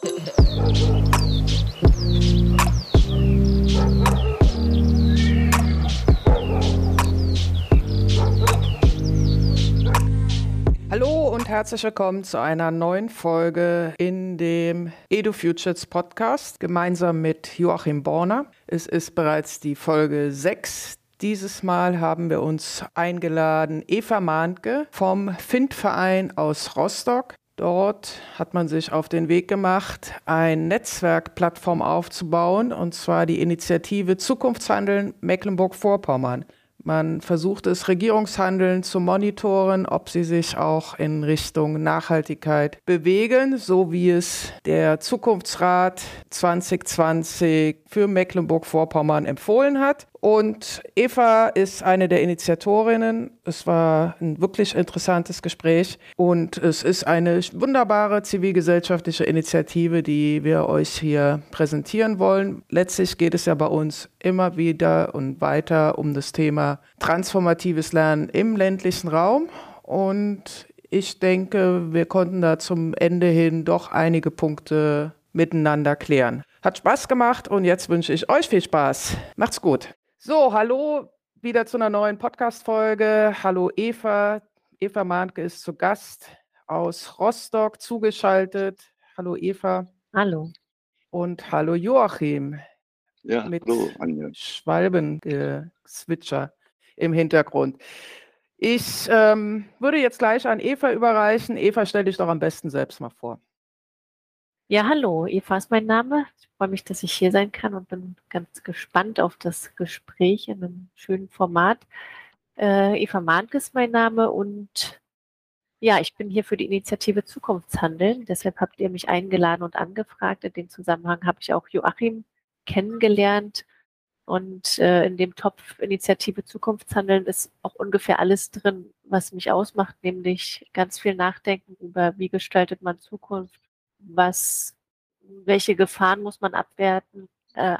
Hallo und herzlich willkommen zu einer neuen Folge in dem EduFutures Podcast, gemeinsam mit Joachim Borner. Es ist bereits die Folge 6. Dieses Mal haben wir uns eingeladen Eva Mahntke vom FIND-Verein aus Rostock. Dort hat man sich auf den Weg gemacht, eine Netzwerkplattform aufzubauen, und zwar die Initiative Zukunftshandeln Mecklenburg-Vorpommern. Man versucht es, Regierungshandeln zu monitoren, ob sie sich auch in Richtung Nachhaltigkeit bewegen, so wie es der Zukunftsrat 2020 für Mecklenburg-Vorpommern empfohlen hat. Und Eva ist eine der Initiatorinnen. Es war ein wirklich interessantes Gespräch und es ist eine wunderbare zivilgesellschaftliche Initiative, die wir euch hier präsentieren wollen. Letztlich geht es ja bei uns immer wieder und weiter um das Thema transformatives Lernen im ländlichen Raum. Und ich denke, wir konnten da zum Ende hin doch einige Punkte miteinander klären. Hat Spaß gemacht und jetzt wünsche ich euch viel Spaß. Macht's gut. So, hallo, wieder zu einer neuen Podcast-Folge. Hallo Eva. Eva Mahntke ist zu Gast aus Rostock zugeschaltet. Hallo Eva. Hallo. Und hallo Joachim. Ja, mit hallo Anja. Schwalbengezwitscher im Hintergrund. Ich würde jetzt gleich an Eva überreichen. Eva, stell dich doch am besten selbst mal vor. Ja, hallo, Eva ist mein Name. Ich freue mich, dass ich hier sein kann und bin ganz gespannt auf das Gespräch in einem schönen Format. Eva Mahntke ist mein Name und ja, ich bin hier für die Initiative Zukunftshandeln. Deshalb habt ihr mich eingeladen und angefragt. In dem Zusammenhang habe ich auch Joachim kennengelernt. Und in dem Topf Initiative Zukunftshandeln ist auch ungefähr alles drin, was mich ausmacht, nämlich ganz viel Nachdenken über, wie gestaltet man Zukunft, welche Gefahren muss man abwehren,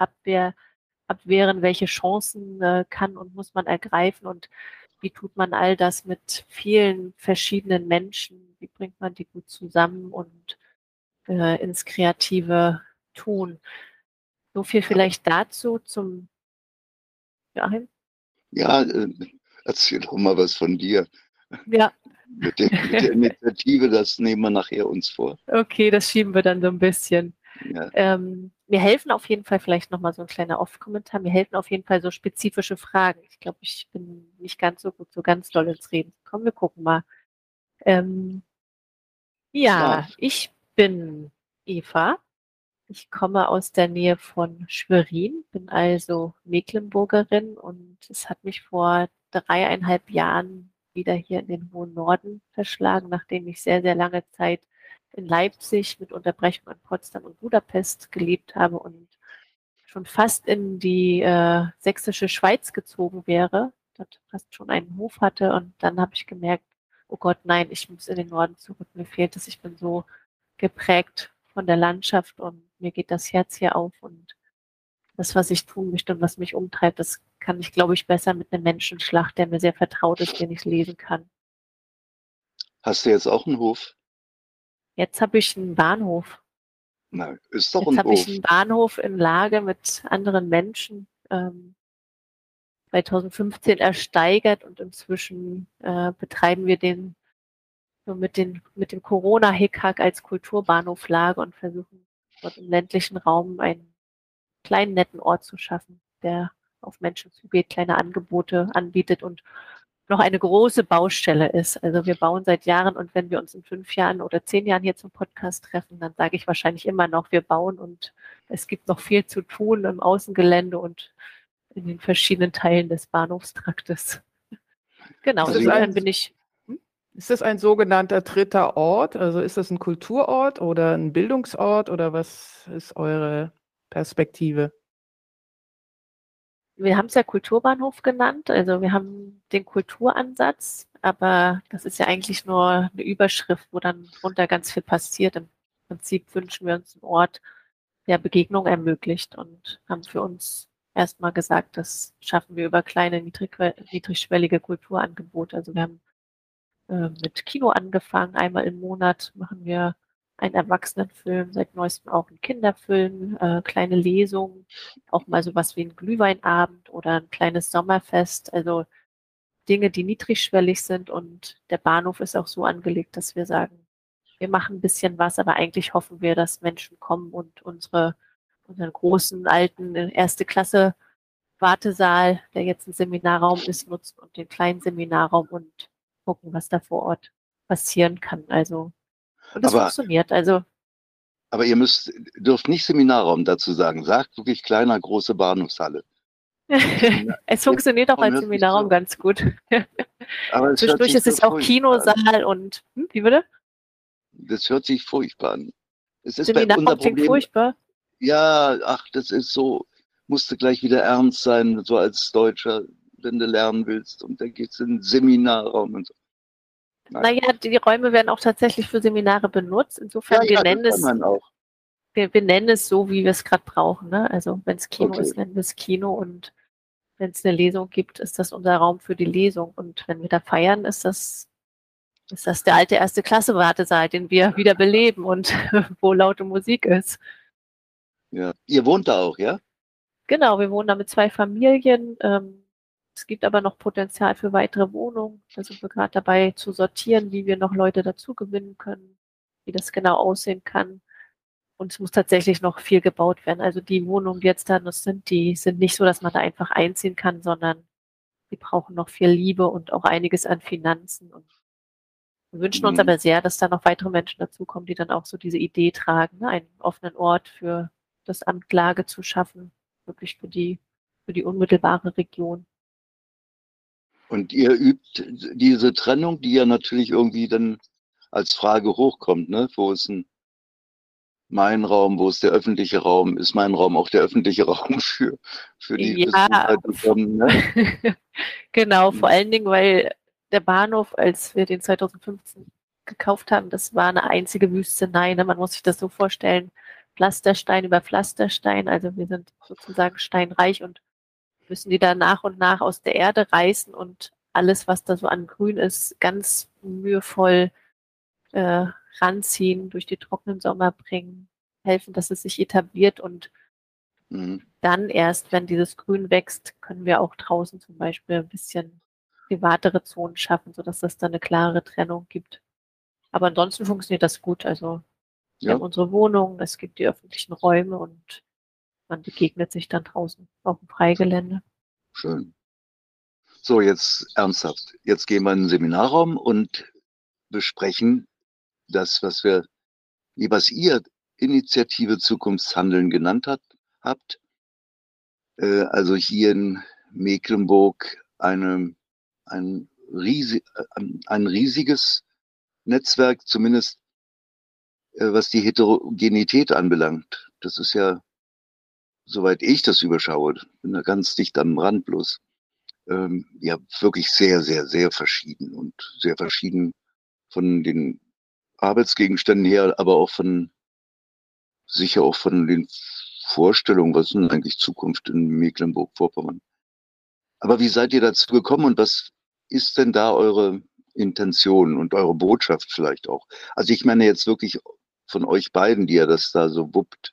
welche Chancen kann und muss man ergreifen und wie tut man all das mit vielen verschiedenen Menschen, wie bringt man die gut zusammen und ins kreative Tun. So viel vielleicht dazu zum Joachim. Ja, erzähl doch mal was von dir. Ja. Mit der Initiative, das nehmen wir nachher uns vor. Okay, das schieben wir dann so ein bisschen. Ja. Mir helfen auf jeden Fall, vielleicht nochmal so ein kleiner Off-Kommentar, mir helfen auf jeden Fall so spezifische Fragen. Ich glaube, ich bin nicht ganz so gut, so ganz doll ins Reden. Komm, wir gucken mal. Ich bin Eva. Ich komme aus der Nähe von Schwerin, bin also Mecklenburgerin und es hat mich vor 3,5 Jahren wieder hier in den hohen Norden verschlagen, nachdem ich sehr, sehr lange Zeit in Leipzig mit Unterbrechung in Potsdam und Budapest gelebt habe und schon fast in die sächsische Schweiz gezogen wäre, dort fast schon einen Hof hatte und dann habe ich gemerkt, oh Gott, nein, ich muss in den Norden zurück, mir fehlt es, ich bin so geprägt von der Landschaft und mir geht das Herz hier auf und das, was ich tun möchte und was mich umtreibt, das kann ich, glaube ich, besser mit einem Menschenschlag, der mir sehr vertraut ist, den ich lesen kann. Hast du jetzt auch einen Hof? Jetzt habe ich einen Bahnhof. Na, ist doch Jetzt ein habe Hof. ich einen Bahnhof in Lage mit anderen Menschen. 2015 ersteigert und inzwischen betreiben wir den so mit dem Corona-Hickhack als Kulturbahnhof Lage und versuchen dort im ländlichen Raum einen kleinen, netten Ort zu schaffen, der auf Menschen zugeht, kleine Angebote anbietet und noch eine große Baustelle ist. Also wir bauen seit Jahren und wenn wir uns in 5 Jahren oder 10 Jahren hier zum Podcast treffen, dann sage ich wahrscheinlich immer noch, wir bauen und es gibt noch viel zu tun im Außengelände und in den verschiedenen Teilen des Bahnhofstraktes. Genau, Also insofern bin ich. Ist das ein sogenannter dritter Ort? Also ist das ein Kulturort oder ein Bildungsort oder was ist eure Perspektive? Wir haben es ja Kulturbahnhof genannt, also wir haben den Kulturansatz, aber das ist ja eigentlich nur eine Überschrift, wo dann drunter ganz viel passiert. Im Prinzip wünschen wir uns einen Ort, der Begegnung ermöglicht und haben für uns erstmal gesagt, das schaffen wir über kleine, niedrigschwellige Kulturangebote. Also wir haben mit Kino angefangen, einmal im Monat machen wir einen Erwachsenenfilm, seit neuestem auch einen Kinderfilm, kleine Lesungen, auch mal sowas wie ein Glühweinabend oder ein kleines Sommerfest. Also Dinge, die niedrigschwellig sind, und der Bahnhof ist auch so angelegt, dass wir sagen, wir machen ein bisschen was, aber eigentlich hoffen wir, dass Menschen kommen und unseren großen, alten erste Klasse Wartesaal, der jetzt ein Seminarraum ist, nutzen und den kleinen Seminarraum und gucken, was da vor Ort passieren kann. Also, und es Aber, funktioniert. Also, aber ihr dürft nicht Seminarraum dazu sagen. Sagt wirklich kleiner, große Bahnhofshalle. es funktioniert auch als Hört sich Seminarraum so, ganz gut. aber es hört Zwischendurch sich ist so es auch furchtbar an. Kinosaal und, wie bitte? Das hört sich furchtbar an. Es ist unser Seminarraum klingt Problem. furchtbar. Ja, ach, das ist so, musste gleich wieder ernst sein, so als Deutscher, wenn du lernen willst. Und dann geht's in den Seminarraum und so. Naja. Naja, die Räume werden auch tatsächlich für Seminare benutzt. Ja, Insofern, ja, das kann man auch. wir nennen es so, wie wir es gerade brauchen. Ne? Also wenn es Kino Okay. ist, nennen wir es Kino, und wenn es eine Lesung gibt, ist das unser Raum für die Lesung. Und wenn wir da feiern, ist das der alte erste Klasse Wartesaal, den wir wieder beleben und wo laute Musik ist. Ja. Ihr wohnt da auch, ja? Genau, wir wohnen da mit 2 Familien. Es gibt aber noch Potenzial für weitere Wohnungen. Da sind wir gerade dabei zu sortieren, wie wir noch Leute dazu gewinnen können, wie das genau aussehen kann. Und es muss tatsächlich noch viel gebaut werden. Also die Wohnungen, die jetzt da noch sind, die sind nicht so, dass man da einfach einziehen kann, sondern die brauchen noch viel Liebe und auch einiges an Finanzen. Und wir wünschen uns Mhm. aber sehr, dass da noch weitere Menschen dazukommen, die dann auch so diese Idee tragen, ne? Einen offenen Ort für das Amt Lage zu schaffen, wirklich für die unmittelbare Region. Und ihr übt diese Trennung, die ja natürlich irgendwie dann als Frage hochkommt, ne? Wo ist denn mein Raum, wo ist der öffentliche Raum? Ist mein Raum auch der öffentliche Raum für die Ja, Besucher, die kommen, ne? genau, vor allen Dingen, weil der Bahnhof, als wir den 2015 gekauft haben, das war eine einzige Wüstenei. Ne? Man muss sich das so vorstellen, Pflasterstein über Pflasterstein. Also wir sind sozusagen steinreich und müssen die da nach und nach aus der Erde reißen und alles, was da so an Grün ist, ganz mühevoll äh, ranziehen, durch die trockenen Sommer bringen, helfen, dass es sich etabliert, und Mhm. dann erst, wenn dieses Grün wächst, können wir auch draußen zum Beispiel ein bisschen privatere Zonen schaffen, sodass es dann eine klare Trennung gibt. Aber ansonsten funktioniert das gut. Also wir Ja, haben unsere Wohnung, es gibt die öffentlichen Räume und man begegnet sich dann draußen auf dem Freigelände. schön. So, jetzt ernsthaft. Jetzt gehen wir in den Seminarraum und besprechen das, was ihr Initiative Zukunftshandeln genannt habt. Also hier in Mecklenburg ein, ein riesiges Netzwerk, zumindest was die Heterogenität anbelangt. Das ist ja, soweit ich das überschaue, bin da ganz dicht am Rand bloß. Ja, wirklich sehr, sehr, sehr verschieden und sehr verschieden von den Arbeitsgegenständen her, aber auch sicher auch von den Vorstellungen, was ist denn eigentlich Zukunft in Mecklenburg-Vorpommern? Aber wie seid ihr dazu gekommen und was ist denn da eure Intention und eure Botschaft vielleicht auch? Also ich meine jetzt wirklich von euch beiden, die ihr das da so wuppt.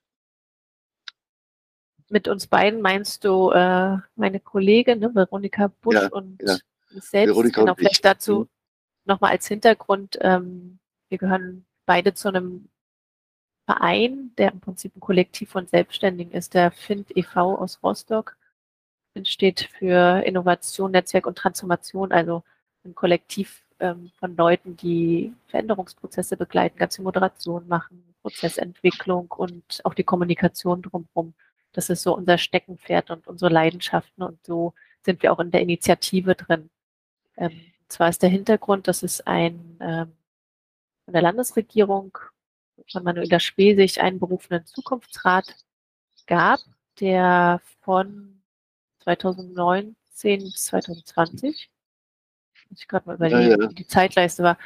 Mit uns beiden meinst du meine Kollegin, ne, Veronika Busch Ja, ja, und mich selbst? Veronika Genau, und ich. vielleicht dazu nochmal als Hintergrund. Wir gehören beide zu einem Verein, der im Prinzip ein Kollektiv von Selbstständigen ist, der FIND e.V. aus Rostock. FIND steht für Innovation, Netzwerk und Transformation, also ein Kollektiv von Leuten, die Veränderungsprozesse begleiten, ganz viel Moderation machen, Prozessentwicklung und auch die Kommunikation drumherum. Das ist so unser Steckenpferd und unsere Leidenschaften, und so sind wir auch in der Initiative drin. Zwar ist der Hintergrund, dass es von der Landesregierung von Manuela Schwesig einen berufenen Zukunftsrat gab, der von 2019 bis 2020, muss ich gerade mal Ja, ja. überlegen, wie die Zeitleiste war,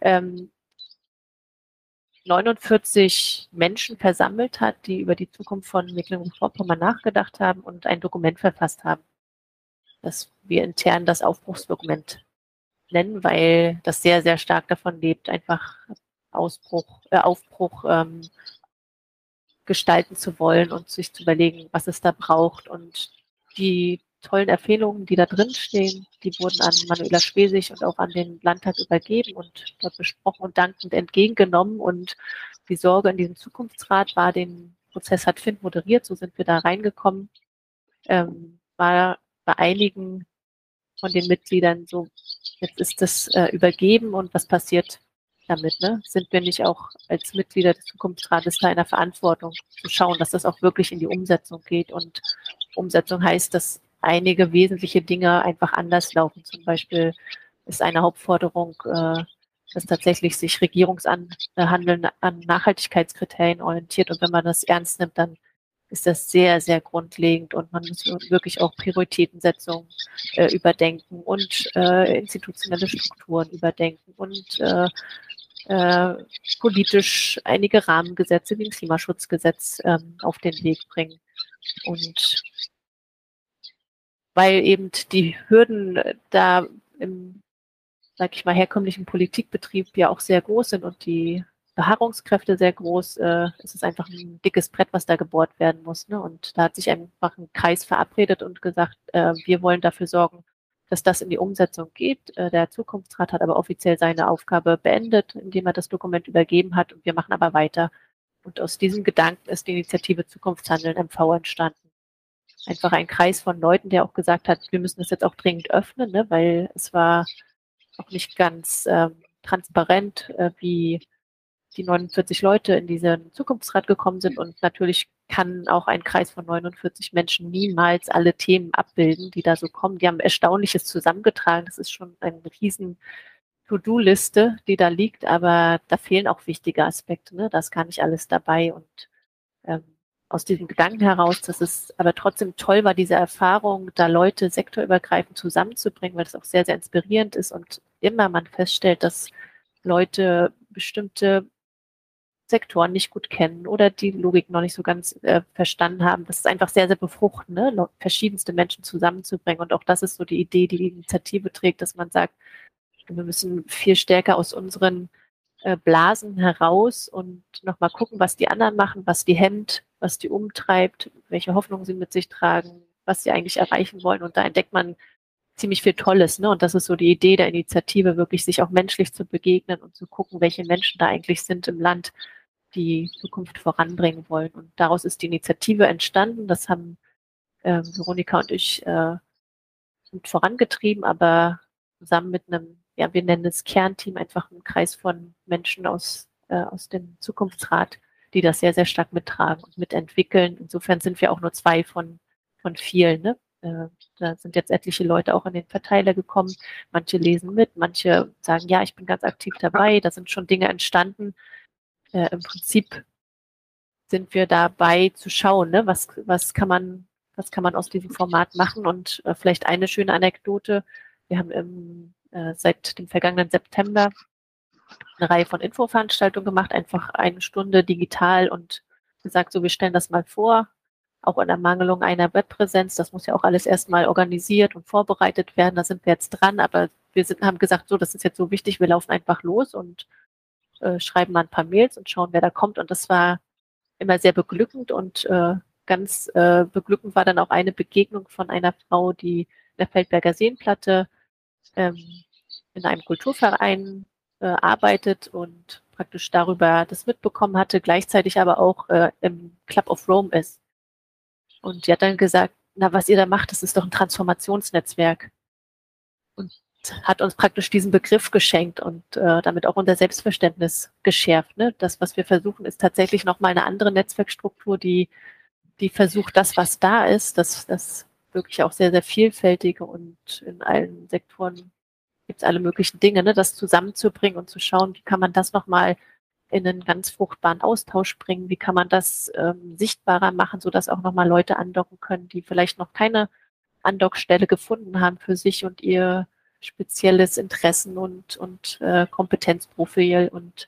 49 Menschen versammelt hat, die über die Zukunft von Mecklenburg-Vorpommern nachgedacht haben und ein Dokument verfasst haben, das wir intern das Aufbruchsdokument nennen, weil das sehr, sehr stark davon lebt, einfach Aufbruch gestalten zu wollen und sich zu überlegen, was es da braucht. Und die tollen Empfehlungen, die da drin stehen, die wurden an Manuela Schwesig und auch an den Landtag übergeben und dort besprochen und dankend entgegengenommen. Und die Sorge in diesem Zukunftsrat war, den Prozess hat Finn moderiert, so sind wir da reingekommen, war bei einigen von den Mitgliedern so, jetzt ist das übergeben und was passiert damit? Ne? Sind wir nicht auch als Mitglieder des Zukunftsrates da in der Verantwortung zu schauen, dass das auch wirklich in die Umsetzung geht? Und Umsetzung heißt, dass einige wesentliche Dinge einfach anders laufen. Zum Beispiel ist eine Hauptforderung, dass tatsächlich sich Regierungshandeln an Nachhaltigkeitskriterien orientiert. Und wenn man das ernst nimmt, dann ist das sehr, sehr grundlegend und man muss wirklich auch Prioritätensetzung überdenken und institutionelle Strukturen überdenken und politisch einige Rahmengesetze wie ein Klimaschutzgesetz auf den Weg bringen. Und weil eben die Hürden da im, sag ich mal, herkömmlichen Politikbetrieb ja auch sehr groß sind und die Beharrungskräfte sehr groß, ist es einfach ein dickes Brett, was da gebohrt werden muss. Ne? Und da hat sich einfach ein Kreis verabredet und gesagt, wir wollen dafür sorgen, dass das in die Umsetzung geht. Der Zukunftsrat hat aber offiziell seine Aufgabe beendet, indem er das Dokument übergeben hat und wir machen aber weiter. Und aus diesem Gedanken ist die Initiative Zukunftshandeln MV entstanden. Einfach ein Kreis von Leuten, der auch gesagt hat, wir müssen das jetzt auch dringend öffnen, ne? Weil es war auch nicht ganz transparent, wie die 49 Leute in diesen Zukunftsrat gekommen sind. Und natürlich kann auch ein Kreis von 49 Menschen niemals alle Themen abbilden, die da so kommen. Die haben Erstaunliches zusammengetragen. Das ist schon eine riesen To-Do-Liste, die da liegt, aber da fehlen auch wichtige Aspekte. Ne? Da ist gar nicht alles dabei. Und aus diesem Gedanken heraus, dass es aber trotzdem toll war, diese Erfahrung, da Leute sektorübergreifend zusammenzubringen, weil das auch sehr, sehr inspirierend ist und immer man feststellt, dass Leute bestimmte Sektoren nicht gut kennen oder die Logik noch nicht so ganz verstanden haben. Das ist einfach sehr, sehr befruchtend, ne? Verschiedenste Menschen zusammenzubringen. Und auch das ist so die Idee, die die Initiative trägt, dass man sagt, wir müssen viel stärker aus unseren Blasen heraus und nochmal gucken, was die anderen machen, was die hemmt, was die umtreibt, welche Hoffnungen sie mit sich tragen, was sie eigentlich erreichen wollen. Und da entdeckt man ziemlich viel Tolles. Ne? Und das ist so die Idee der Initiative, wirklich sich auch menschlich zu begegnen und zu gucken, welche Menschen da eigentlich sind im Land, die Zukunft voranbringen wollen. Und daraus ist die Initiative entstanden. Das haben Veronika und ich mit vorangetrieben, aber zusammen mit einem, ja, wir nennen es Kernteam, einfach einen Kreis von Menschen aus dem Zukunftsrat, die das sehr, sehr stark mittragen und mitentwickeln. Insofern sind wir auch nur zwei von vielen. Ne? Da sind jetzt etliche Leute auch in den Verteiler gekommen. Manche lesen mit, manche sagen, ja, ich bin ganz aktiv dabei. Da sind schon Dinge entstanden. Im Prinzip sind wir dabei zu schauen, ne? Was kann man aus diesem Format machen? Und vielleicht eine schöne Anekdote. Wir haben seit dem vergangenen September eine Reihe von Infoveranstaltungen gemacht, einfach eine Stunde digital und gesagt, so, wir stellen das mal vor, auch in Ermangelung einer Webpräsenz. Das muss ja auch alles erstmal organisiert und vorbereitet werden. Da sind wir jetzt dran, aber haben gesagt, so, das ist jetzt so wichtig, wir laufen einfach los und schreiben mal ein paar Mails und schauen, wer da kommt. Und das war immer sehr beglückend und ganz beglückend war dann auch eine Begegnung von einer Frau, die in der Feldberger Seenplatte in einem Kulturverein arbeitet und praktisch darüber das mitbekommen hatte, gleichzeitig aber auch im Club of Rome ist. Und die hat dann gesagt, na, was ihr da macht, das ist doch ein Transformationsnetzwerk. Und hat uns praktisch diesen Begriff geschenkt und damit auch unser Selbstverständnis geschärft. Ne? Das, was wir versuchen, ist tatsächlich nochmal eine andere Netzwerkstruktur, die versucht, das, was da ist, das wirklich auch sehr, sehr vielfältige und in allen Sektoren gibt es alle möglichen Dinge, ne? Das zusammenzubringen und zu schauen, wie kann man das nochmal in einen ganz fruchtbaren Austausch bringen, wie kann man das sichtbarer machen, sodass auch nochmal Leute andocken können, die vielleicht noch keine Andockstelle gefunden haben für sich und ihr spezielles Interessen und Kompetenzprofil. Und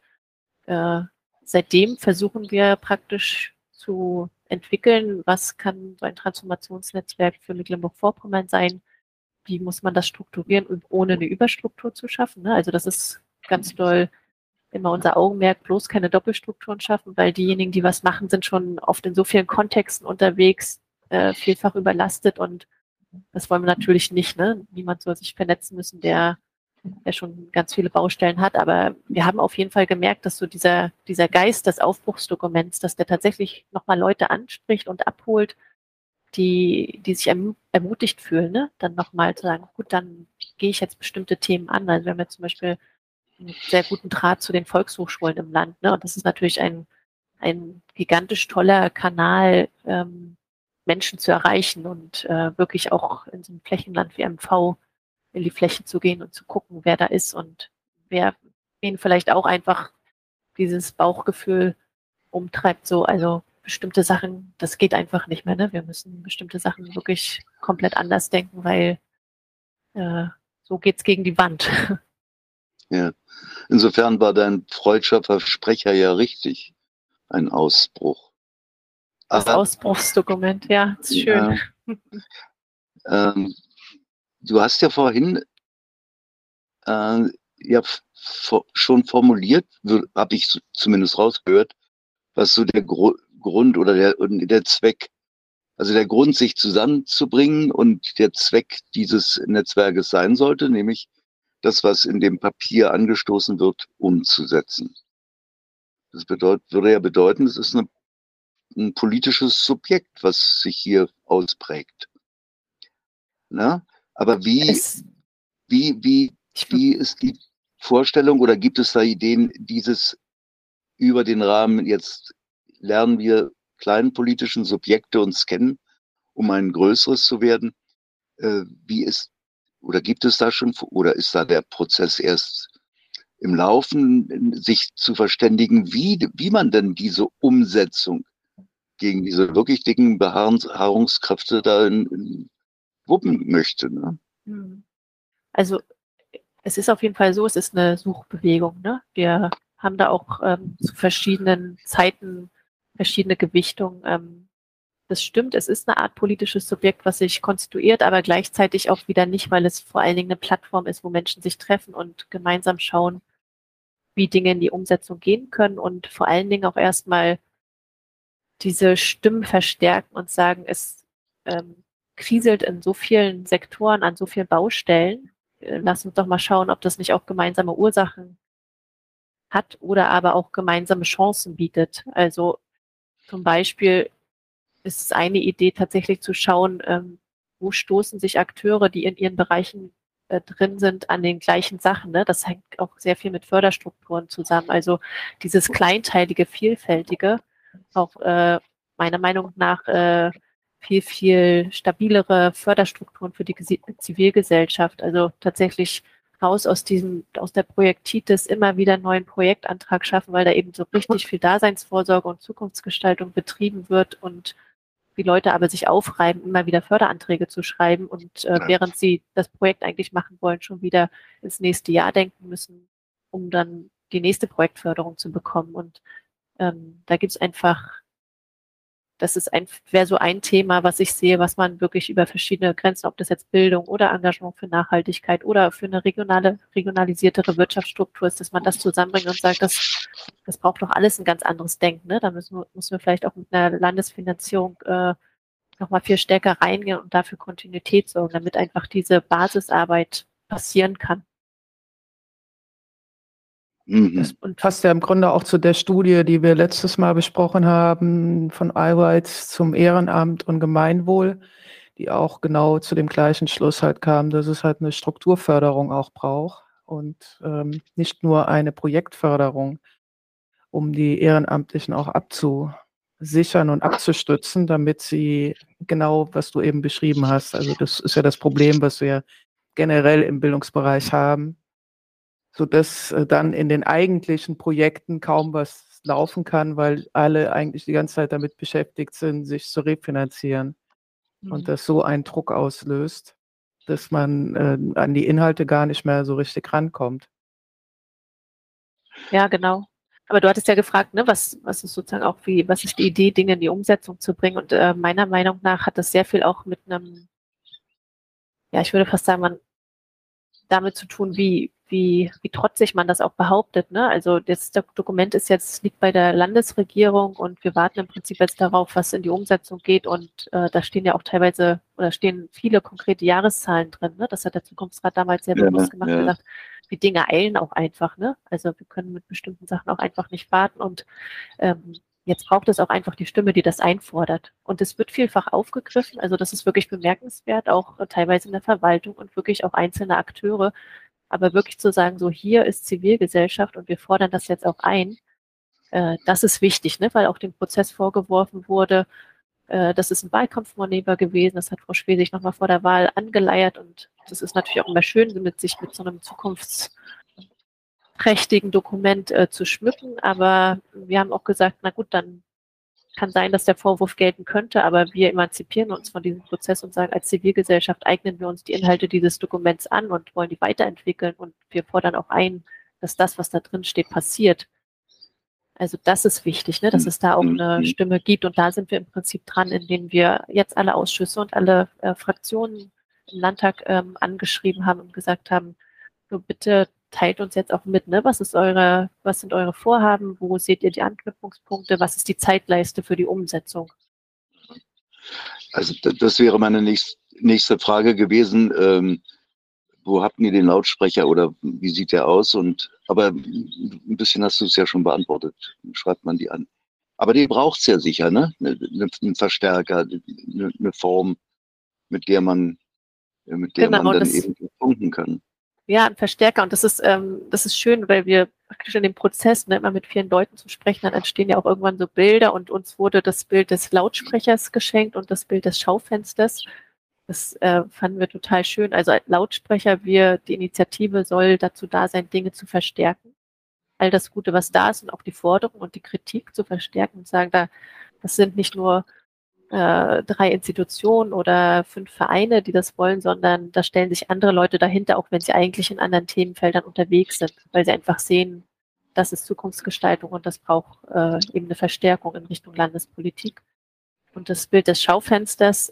seitdem versuchen wir praktisch zu entwickeln, was kann so ein Transformationsnetzwerk für Mecklenburg-Vorpommern sein, wie muss man das strukturieren, ohne eine Überstruktur zu schaffen. Ne? Also das ist ganz doll immer unser Augenmerk, bloß keine Doppelstrukturen schaffen, weil diejenigen, die was machen, sind schon oft in so vielen Kontexten unterwegs, vielfach überlastet und das wollen wir natürlich nicht, ne? Niemand soll sich vernetzen müssen, der schon ganz viele Baustellen hat. Aber wir haben auf jeden Fall gemerkt, dass so dieser Geist des Aufbruchsdokuments, dass der tatsächlich nochmal Leute anspricht und abholt, die sich ermutigt fühlen, ne? Dann nochmal zu sagen, gut, dann gehe ich jetzt bestimmte Themen an. Also wir haben jetzt zum Beispiel einen sehr guten Draht zu den Volkshochschulen im Land, ne? Und das ist natürlich ein gigantisch toller Kanal, Menschen zu erreichen und wirklich auch in so einem Flächenland wie MV in die Fläche zu gehen und zu gucken, wer da ist und wen vielleicht auch einfach dieses Bauchgefühl umtreibt, so, also bestimmte Sachen, das geht einfach nicht mehr, ne? Wir müssen bestimmte Sachen wirklich komplett anders denken, weil so geht's gegen die Wand. Ja. Insofern war dein freudscher Versprecher ja richtig, ein Ausbruch. Das Ausbruchsdokument, ja, ist schön. Du hast ja vorhin schon formuliert, habe ich zumindest rausgehört, was so der Grund oder der Zweck, also der Grund, sich zusammenzubringen und der Zweck dieses Netzwerkes sein sollte, nämlich das, was in dem Papier angestoßen wird, umzusetzen. Das würde ja bedeuten, es ist ein politisches Subjekt, was sich hier ausprägt. Na? Aber wie ist die Vorstellung oder gibt es da Ideen, dieses über den Rahmen, jetzt lernen wir kleinen politischen Subjekte uns kennen, um ein größeres zu werden? Gibt es da schon, oder ist da der Prozess erst im Laufen, sich zu verständigen, wie man denn diese Umsetzung gegen diese wirklich dicken Beharrungskräfte da wuppen möchte? Ne? Also es ist auf jeden Fall so, es ist eine Suchbewegung. Ne? Wir haben da auch zu verschiedenen Zeiten verschiedene Gewichtungen. Das stimmt, es ist eine Art politisches Subjekt, was sich konstituiert, aber gleichzeitig auch wieder nicht, weil es vor allen Dingen eine Plattform ist, wo Menschen sich treffen und gemeinsam schauen, wie Dinge in die Umsetzung gehen können und vor allen Dingen auch erstmal diese Stimmen verstärken und sagen, es kriselt in so vielen Sektoren, an so vielen Baustellen. Lass uns doch mal schauen, ob das nicht auch gemeinsame Ursachen hat oder aber auch gemeinsame Chancen bietet. Also zum Beispiel ist es eine Idee, tatsächlich zu schauen, wo stoßen sich Akteure, die in ihren Bereichen drin sind, an den gleichen Sachen. Ne? Das hängt auch sehr viel mit Förderstrukturen zusammen. Also dieses kleinteilige, vielfältige, auch meiner Meinung nach viel stabilere Förderstrukturen für die Zivilgesellschaft. Also tatsächlich raus aus der Projektitis immer wieder einen neuen Projektantrag schaffen, weil da eben so richtig viel Daseinsvorsorge und Zukunftsgestaltung betrieben wird und die Leute aber sich aufreiben, immer wieder Förderanträge zu schreiben und während sie das Projekt eigentlich machen wollen, schon wieder ins nächste Jahr denken müssen, um dann die nächste Projektförderung zu bekommen. Und da gibt es einfach, wäre so ein Thema, was ich sehe, was man wirklich über verschiedene Grenzen, ob das jetzt Bildung oder Engagement für Nachhaltigkeit oder für eine regionalisiertere Wirtschaftsstruktur ist, dass man das zusammenbringt und sagt, das braucht doch alles ein ganz anderes Denken. Ne? Da müssen wir vielleicht auch mit einer Landesfinanzierung nochmal viel stärker reingehen und dafür Kontinuität sorgen, damit einfach diese Basisarbeit passieren kann. Das passt ja im Grunde auch zu der Studie, die wir letztes Mal besprochen haben, von iRights zum Ehrenamt und Gemeinwohl, die auch genau zu dem gleichen Schluss halt kam, dass es halt eine Strukturförderung auch braucht und nicht nur eine Projektförderung, um die Ehrenamtlichen auch abzusichern und abzustützen, damit sie genau, was du eben beschrieben hast, also das ist ja das Problem, was wir generell im Bildungsbereich haben, sodass dann in den eigentlichen Projekten kaum was laufen kann, weil alle eigentlich die ganze Zeit damit beschäftigt sind, sich zu refinanzieren. Und das so einen Druck auslöst, dass man an die Inhalte gar nicht mehr so richtig rankommt. Ja, genau. Aber du hattest ja gefragt, ne, was ist sozusagen auch was ist die Idee, Dinge in die Umsetzung zu bringen? Und meiner Meinung nach hat das sehr viel auch mit einem, ja, ich würde fast sagen, damit zu tun, wie wie trotzig man das auch behauptet, ne? Also das Dokument liegt bei der Landesregierung und wir warten im Prinzip jetzt darauf, was in die Umsetzung geht und da stehen ja auch teilweise oder stehen viele konkrete Jahreszahlen drin, ne? Das hat der Zukunftsrat damals sehr bewusst gemacht und gesagt, die Dinge eilen auch einfach, ne? Also wir können mit bestimmten Sachen auch einfach nicht warten und jetzt braucht es auch einfach die Stimme, die das einfordert. Und es wird vielfach aufgegriffen. Also das ist wirklich bemerkenswert, auch teilweise in der Verwaltung und wirklich auch einzelne Akteure. Aber wirklich zu sagen, so hier ist Zivilgesellschaft und wir fordern das jetzt auch ein, das ist wichtig, ne? Weil auch dem Prozess vorgeworfen wurde, das ist ein Wahlkampfmanöver gewesen. Das hat Frau Schwesig nochmal vor der Wahl angeleiert. Und das ist natürlich auch immer schön, sich mit so einem zukunftsträchtigen Dokument zu schmücken. Aber wir haben auch gesagt, na gut, dann kann sein, dass der Vorwurf gelten könnte, aber wir emanzipieren uns von diesem Prozess und sagen, als Zivilgesellschaft eignen wir uns die Inhalte dieses Dokuments an und wollen die weiterentwickeln und wir fordern auch ein, dass das, was da drin steht, passiert. Also das ist wichtig, ne, dass es da auch eine Stimme gibt und da sind wir im Prinzip dran, indem wir jetzt alle Ausschüsse und alle Fraktionen im Landtag angeschrieben haben und gesagt haben, so bitte teilt uns jetzt auch mit, ne? Was sind eure Vorhaben? Wo seht ihr die Anknüpfungspunkte? Was ist die Zeitleiste für die Umsetzung? Also das wäre meine nächste Frage gewesen. Wo habt ihr den Lautsprecher oder wie sieht der aus? Aber ein bisschen hast du es ja schon beantwortet. Schreibt man die an. Aber die braucht es ja sicher, ne? Ein Verstärker, eine Form, mit der man dann eben punkten kann. Ja, ein Verstärker. Und das ist schön, weil wir praktisch in dem Prozess, ne, immer mit vielen Leuten zu sprechen, dann entstehen ja auch irgendwann so Bilder und uns wurde das Bild des Lautsprechers geschenkt und das Bild des Schaufensters. Das fanden wir total schön. Also als Lautsprecher, die Initiative soll dazu da sein, Dinge zu verstärken. All das Gute, was da ist und auch die Forderung und die Kritik zu verstärken und sagen, das sind nicht nur 3 Institutionen oder 5 Vereine, die das wollen, sondern da stellen sich andere Leute dahinter, auch wenn sie eigentlich in anderen Themenfeldern unterwegs sind, weil sie einfach sehen, das ist Zukunftsgestaltung und das braucht eben eine Verstärkung in Richtung Landespolitik. Und das Bild des Schaufensters,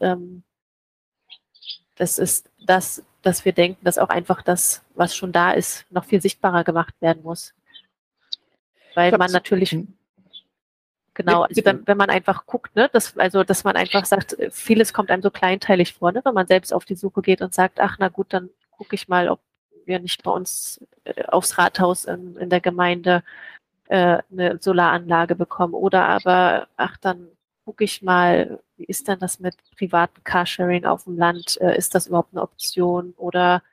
das ist das, dass wir denken, dass auch einfach das, was schon da ist, noch viel sichtbarer gemacht werden muss. Weil man natürlich genau, also wenn man einfach guckt, ne, dass man einfach sagt, vieles kommt einem so kleinteilig vor, ne, wenn man selbst auf die Suche geht und sagt, ach na gut, dann gucke ich mal, ob wir nicht bei uns aufs Rathaus in der Gemeinde eine Solaranlage bekommen oder aber, ach dann gucke ich mal, wie ist denn das mit privaten Carsharing auf dem Land, ist das überhaupt eine Option oder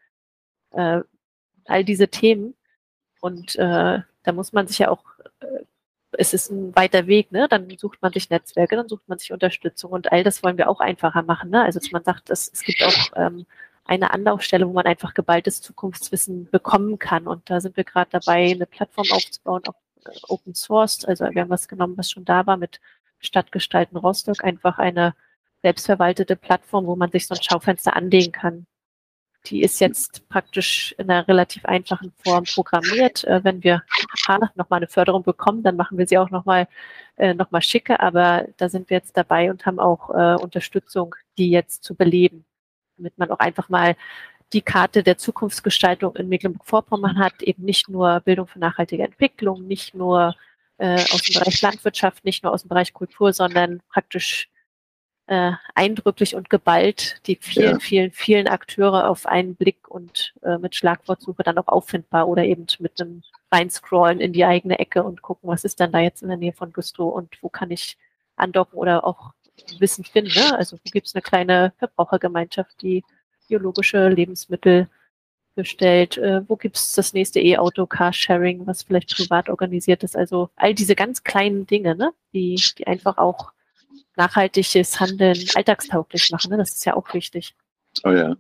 all diese Themen und da muss man sich ja auch es ist ein weiter Weg, ne? Dann sucht man sich Netzwerke, dann sucht man sich Unterstützung und all das wollen wir auch einfacher machen, ne? Also dass man sagt, es gibt auch eine Anlaufstelle, wo man einfach geballtes Zukunftswissen bekommen kann und da sind wir gerade dabei, eine Plattform aufzubauen, auch Open Source, also wir haben was genommen, was schon da war mit Stadtgestalten Rostock, einfach eine selbstverwaltete Plattform, wo man sich so ein Schaufenster anlegen kann. Die ist jetzt praktisch in einer relativ einfachen Form programmiert. Wenn wir nochmal eine Förderung bekommen, dann machen wir sie auch nochmal schicker. Aber da sind wir jetzt dabei und haben auch Unterstützung, die jetzt zu beleben, damit man auch einfach mal die Karte der Zukunftsgestaltung in Mecklenburg-Vorpommern hat, eben nicht nur Bildung für nachhaltige Entwicklung, nicht nur aus dem Bereich Landwirtschaft, nicht nur aus dem Bereich Kultur, sondern praktisch eindrücklich und geballt die vielen Akteure auf einen Blick und mit Schlagwortsuche dann auch auffindbar oder eben mit einem Reinscrollen in die eigene Ecke und gucken, was ist denn da jetzt in der Nähe von Güstrow und wo kann ich andocken oder auch Wissen finden. Ne? Also wo gibt es eine kleine Verbrauchergemeinschaft, die biologische Lebensmittel bestellt, wo gibt es das nächste E-Auto, Carsharing, was vielleicht privat organisiert ist. Also all diese ganz kleinen Dinge, ne? die einfach auch nachhaltiges Handeln alltagstauglich machen. Ne? Das ist ja auch wichtig. Oh ja.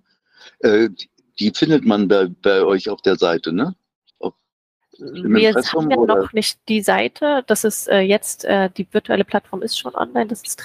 Die findet man bei euch auf der Seite, ne? Wir haben ja noch nicht die Seite. Das ist jetzt, die virtuelle Plattform ist schon online. Das ist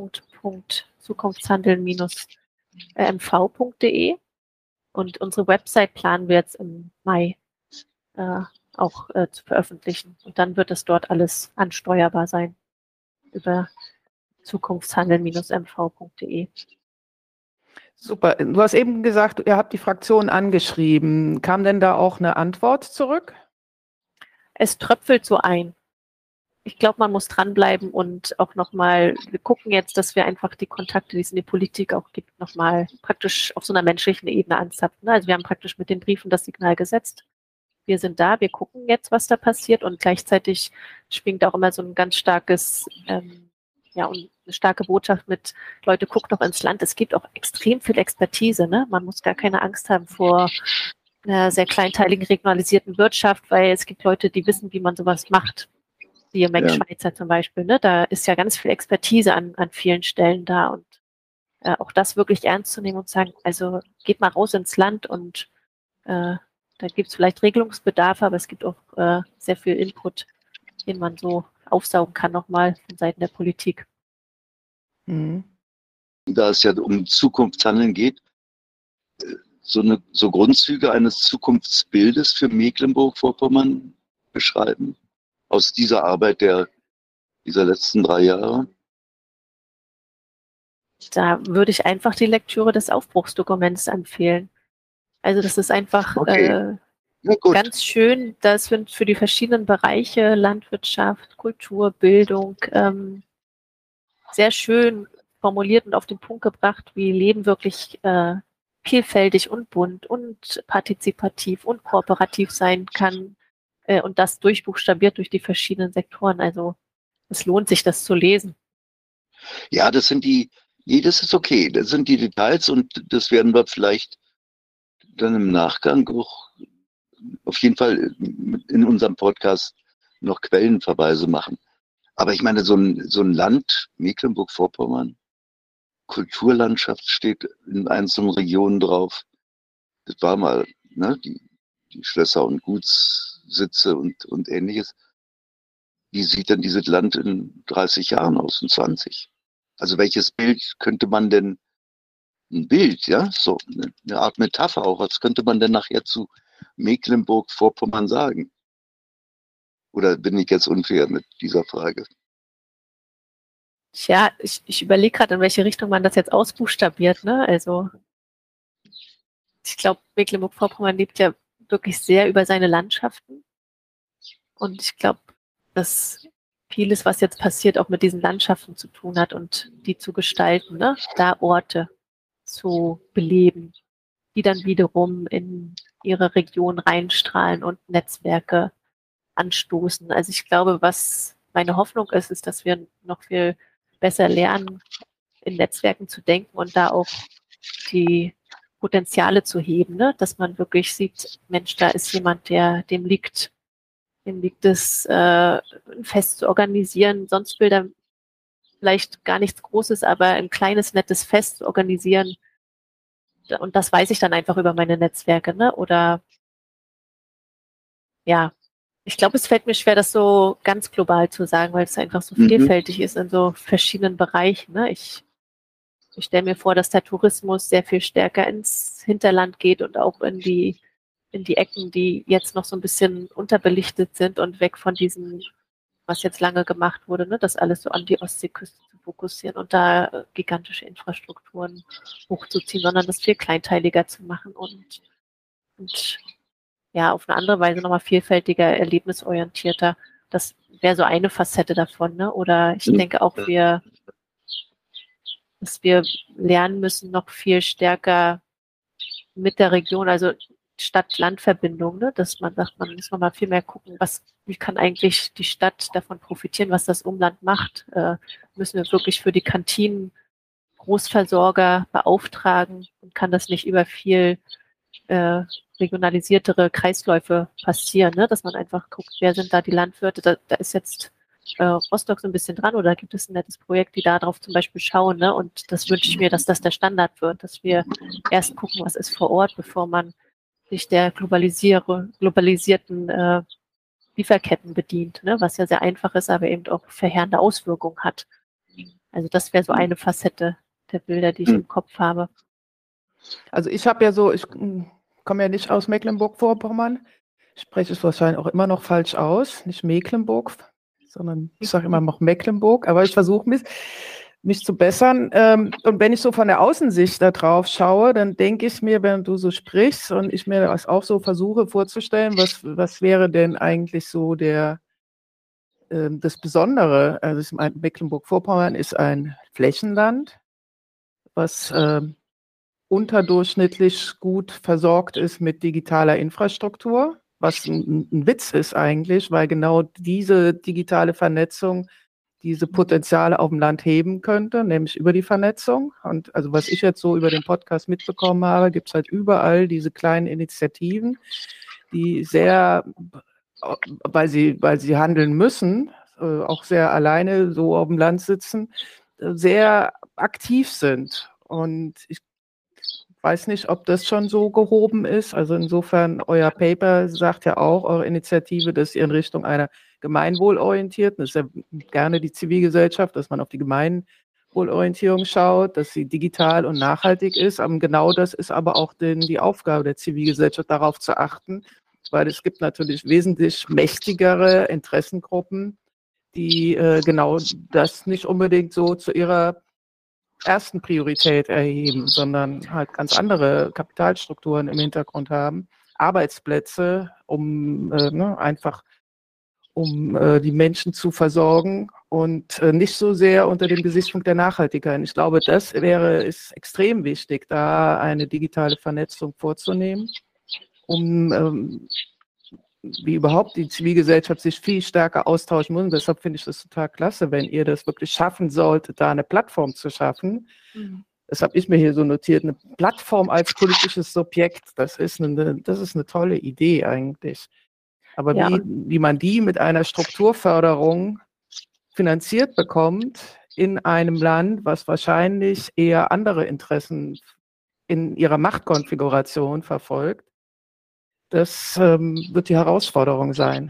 treff.zukunftshandeln-mv.de. Und unsere Website planen wir jetzt im Mai auch zu veröffentlichen. Und dann wird es dort alles ansteuerbar sein über zukunftshandeln-mv.de. Super. Du hast eben gesagt, ihr habt die Fraktion angeschrieben. Kam denn da auch eine Antwort zurück? Es tröpfelt so ein. Ich glaube, man muss dranbleiben und auch nochmal, wir gucken jetzt, dass wir einfach die Kontakte, die es in die Politik auch gibt, nochmal praktisch auf so einer menschlichen Ebene anzapfen. Also wir haben praktisch mit den Briefen das Signal gesetzt. Wir sind da, wir gucken jetzt, was da passiert, und gleichzeitig schwingt auch immer so ein ganz starkes, und eine starke Botschaft mit: Leute, guckt doch ins Land. Es gibt auch extrem viel Expertise, ne? Man muss gar keine Angst haben vor einer sehr kleinteiligen, regionalisierten Wirtschaft, weil es gibt Leute, die wissen, wie man sowas macht. Siehe Mac Schweizer zum Beispiel, ne? Da ist ja ganz viel Expertise an vielen Stellen da, und auch das wirklich ernst zu nehmen und zu sagen, also geht mal raus ins Land, und da gibt es vielleicht Regelungsbedarf, aber es gibt auch sehr viel Input, den man so aufsaugen kann nochmal von Seiten der Politik. Da es ja um Zukunftshandeln geht, so Grundzüge eines Zukunftsbildes für Mecklenburg-Vorpommern beschreiben, aus dieser Arbeit dieser letzten 3 Jahre? Da würde ich einfach die Lektüre des Aufbruchsdokuments empfehlen. Also das ist einfach ganz schön, dass wir für die verschiedenen Bereiche, Landwirtschaft, Kultur, Bildung, sehr schön formuliert und auf den Punkt gebracht, wie Leben wirklich vielfältig und bunt und partizipativ und kooperativ sein kann, und das durchbuchstabiert durch die verschiedenen Sektoren. Also es lohnt sich, das zu lesen. Ja, das ist okay. Das sind die Details, und das werden wir vielleicht dann im Nachgang auch auf jeden Fall in unserem Podcast noch Quellenverweise machen. Aber ich meine, so ein Land, Mecklenburg-Vorpommern, Kulturlandschaft steht in einzelnen Regionen drauf. Das war mal, ne, die Schlösser und Gutssitze und Ähnliches. Wie sieht denn dieses Land in 30 Jahren aus, in 20? Also welches Bild könnte man denn, ein Bild, ja, so eine Art Metapher auch, was könnte man denn nachher zu Mecklenburg-Vorpommern sagen? Oder bin ich jetzt unfair mit dieser Frage? Tja, ich überlege gerade, in welche Richtung man das jetzt ausbuchstabiert, ne? Also ich glaube, Mecklenburg-Vorpommern lebt ja wirklich sehr über seine Landschaften. Und ich glaube, dass vieles, was jetzt passiert, auch mit diesen Landschaften zu tun hat und die zu gestalten, ne? Da Orte zu beleben, die dann wiederum in ihre Region reinstrahlen und Netzwerke anstoßen. Also ich glaube, was meine Hoffnung ist, ist, dass wir noch viel besser lernen, in Netzwerken zu denken und da auch die Potenziale zu heben, ne? Dass man wirklich sieht, Mensch, da ist jemand, dem liegt es, ein Fest zu organisieren. Sonst will er vielleicht gar nichts Großes, aber ein kleines, nettes Fest zu organisieren. Und das weiß ich dann einfach über meine Netzwerke, ne? Oder ja, ich glaube, es fällt mir schwer, das so ganz global zu sagen, weil es einfach so vielfältig ist in so verschiedenen Bereichen, ne? Ich stelle mir vor, dass der Tourismus sehr viel stärker ins Hinterland geht und auch in die Ecken, die jetzt noch so ein bisschen unterbelichtet sind und weg von diesem, was jetzt lange gemacht wurde, ne, das alles so an die Ostseeküste zu fokussieren und da gigantische Infrastrukturen hochzuziehen, sondern das viel kleinteiliger zu machen und ja, auf eine andere Weise nochmal vielfältiger, erlebnisorientierter. Das wäre so eine Facette davon, ne? Oder ich denke auch, dass wir lernen müssen, noch viel stärker mit der Region, also Stadt-Land-Verbindung, ne? Dass man sagt, man muss nochmal viel mehr gucken, wie kann eigentlich die Stadt davon profitieren, was das Umland macht. Müssen wir wirklich für die Kantinen Großversorger beauftragen und kann das nicht über viel regionalisiertere Kreisläufe passieren, ne? Dass man einfach guckt, wer sind da die Landwirte, da ist jetzt Rostock so ein bisschen dran, oder gibt es ein nettes Projekt, die darauf zum Beispiel schauen, ne? Und das wünsche ich mir, dass das der Standard wird, dass wir erst gucken, was ist vor Ort, bevor man sich der globalisierten Lieferketten bedient, ne? Was ja sehr einfach ist, aber eben auch verheerende Auswirkungen hat. Also das wäre so eine Facette der Bilder, die ich im Kopf habe. Also ich komme ja nicht aus Mecklenburg-Vorpommern, spreche es wahrscheinlich auch immer noch falsch aus, nicht Mecklenburg, sondern ich sage immer noch Mecklenburg, aber ich versuche mich. mich zu bessern. Und wenn ich so von der Außensicht da drauf schaue, dann denke ich mir, wenn du so sprichst und ich mir das auch so versuche vorzustellen, was wäre denn eigentlich so das Besondere? Also ich meine, Mecklenburg-Vorpommern ist ein Flächenland, was unterdurchschnittlich gut versorgt ist mit digitaler Infrastruktur, was ein Witz ist eigentlich, weil genau diese digitale Vernetzung diese Potenziale auf dem Land heben könnte, nämlich über die Vernetzung. Und also was ich jetzt so über den Podcast mitbekommen habe, gibt es halt überall diese kleinen Initiativen, die sehr, weil sie handeln müssen, auch sehr alleine so auf dem Land sitzen, sehr aktiv sind. Und ich weiß nicht, ob das schon so gehoben ist. Also insofern, euer Paper sagt ja auch, eure Initiative, dass ihr in Richtung einer gemeinwohlorientierten, das ist ja gerne die Zivilgesellschaft, dass man auf die Gemeinwohlorientierung schaut, dass sie digital und nachhaltig ist. Aber genau das ist aber auch die Aufgabe der Zivilgesellschaft, darauf zu achten, weil es gibt natürlich wesentlich mächtigere Interessengruppen, die genau das nicht unbedingt so zu ihrer ersten Priorität erheben, sondern halt ganz andere Kapitalstrukturen im Hintergrund haben, Arbeitsplätze, einfach um die Menschen zu versorgen und nicht so sehr unter dem Gesichtspunkt der Nachhaltigkeit. Ich glaube, ist extrem wichtig, da eine digitale Vernetzung vorzunehmen, um wie überhaupt die Zivilgesellschaft sich viel stärker austauschen muss. Und deshalb finde ich das total klasse, wenn ihr das wirklich schaffen solltet, da eine Plattform zu schaffen. Das habe ich mir hier so notiert, eine Plattform als politisches Subjekt, das ist eine tolle Idee eigentlich. Aber Ja, wie man die mit einer Strukturförderung finanziert bekommt in einem Land, was wahrscheinlich eher andere Interessen in ihrer Machtkonfiguration verfolgt, das wird die Herausforderung sein.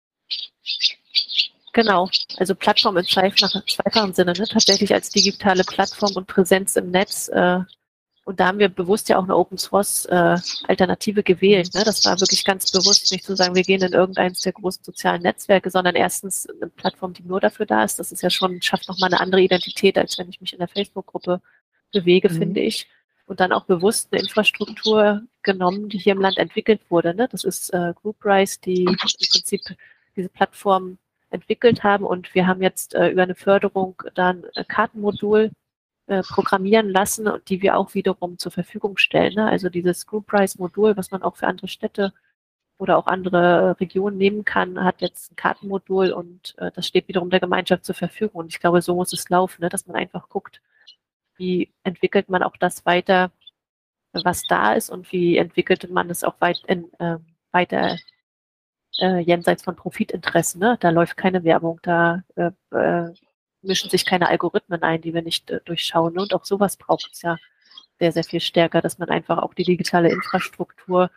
genau. Also Plattform im zweifachen Sinne, ne? Tatsächlich als digitale Plattform und Präsenz im Netz. Und da haben wir bewusst ja auch eine Open-Source-Alternative gewählt. Ne? Das war wirklich ganz bewusst, nicht zu sagen, wir gehen in irgendeines der großen sozialen Netzwerke, sondern erstens eine Plattform, die nur dafür da ist. Das ist ja schon, schafft nochmal eine andere Identität, als wenn ich mich in der Facebook-Gruppe bewege, finde ich. Und dann auch bewusst eine Infrastruktur genommen, die hier im Land entwickelt wurde. Ne? Das ist GroupRise, die im Prinzip diese Plattform entwickelt haben. Und wir haben jetzt über eine Förderung dann ein Kartenmodul programmieren lassen, die wir auch wiederum zur Verfügung stellen. Ne? Also dieses GroupRise-Modul, was man auch für andere Städte oder auch andere Regionen nehmen kann, hat jetzt ein Kartenmodul und das steht wiederum der Gemeinschaft zur Verfügung. Und ich glaube, so muss es laufen, ne? Dass man einfach guckt, wie entwickelt man auch das weiter, was da ist und wie entwickelt man es auch weiter jenseits von Profitinteressen. Ne? Da läuft keine Werbung, da mischen sich keine Algorithmen ein, die wir nicht durchschauen. Ne? Und auch sowas braucht es ja sehr, sehr viel stärker, dass man einfach auch die digitale Infrastruktur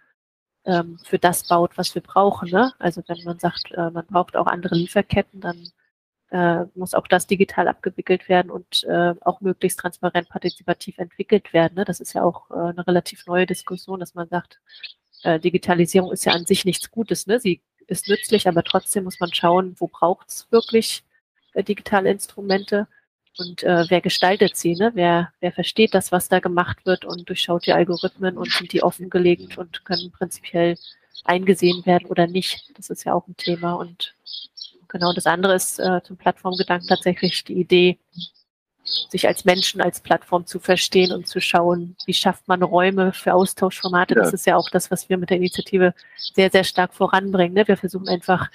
für das baut, was wir brauchen. Ne? Also wenn man sagt, man braucht auch andere Lieferketten, dann muss auch das digital abgewickelt werden und auch möglichst transparent partizipativ entwickelt werden. Ne? Das ist ja auch eine relativ neue Diskussion, dass man sagt, Digitalisierung ist ja an sich nichts Gutes. Ne? Sie ist nützlich, aber trotzdem muss man schauen, wo braucht es wirklich digitale Instrumente und wer gestaltet sie, ne? Wer versteht das, was da gemacht wird und durchschaut die Algorithmen und sind die offengelegt und können prinzipiell eingesehen werden oder nicht. Das ist ja auch ein Thema. Und genau, das andere ist zum Plattformgedanken tatsächlich die Idee, sich als Menschen, als Plattform zu verstehen und zu schauen, wie schafft man Räume für Austauschformate. Ja. Das ist ja auch das, was wir mit der Initiative sehr, sehr stark voranbringen. Ne? Wir versuchen einfach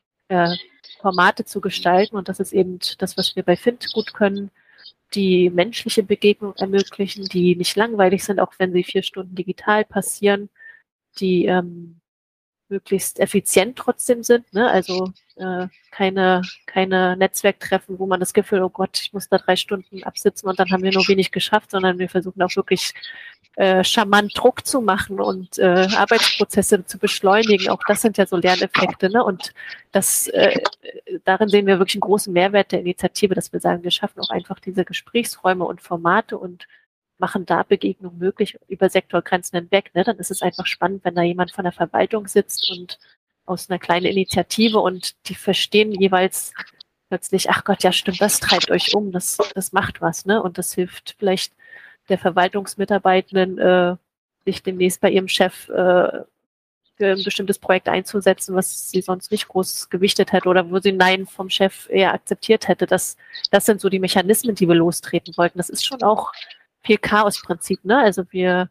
Formate zu gestalten und das ist eben das, was wir bei FIND gut können, die menschliche Begegnung ermöglichen, die nicht langweilig sind, auch wenn sie 4 Stunden digital passieren, die möglichst effizient trotzdem sind, ne? Also keine Netzwerktreffen, wo man das Gefühl, oh Gott, ich muss da 3 Stunden absitzen und dann haben wir nur wenig geschafft, sondern wir versuchen auch wirklich charmant Druck zu machen und Arbeitsprozesse zu beschleunigen. Auch das sind ja so Lerneffekte, ne? Und das darin sehen wir wirklich einen großen Mehrwert der Initiative, dass wir sagen, wir schaffen auch einfach diese Gesprächsräume und Formate und machen da Begegnungen möglich über Sektorgrenzen hinweg. Ne? Dann ist es einfach spannend, wenn da jemand von der Verwaltung sitzt und aus einer kleinen Initiative und die verstehen jeweils plötzlich, ach Gott, ja stimmt, das treibt euch um, das macht was, ne? Und das hilft vielleicht der Verwaltungsmitarbeitenden, sich demnächst bei ihrem Chef für ein bestimmtes Projekt einzusetzen, was sie sonst nicht groß gewichtet hätte oder wo sie Nein vom Chef eher akzeptiert hätte. Das sind so die Mechanismen, die wir lostreten wollten. Das ist schon auch viel Chaosprinzip, ne? Also wir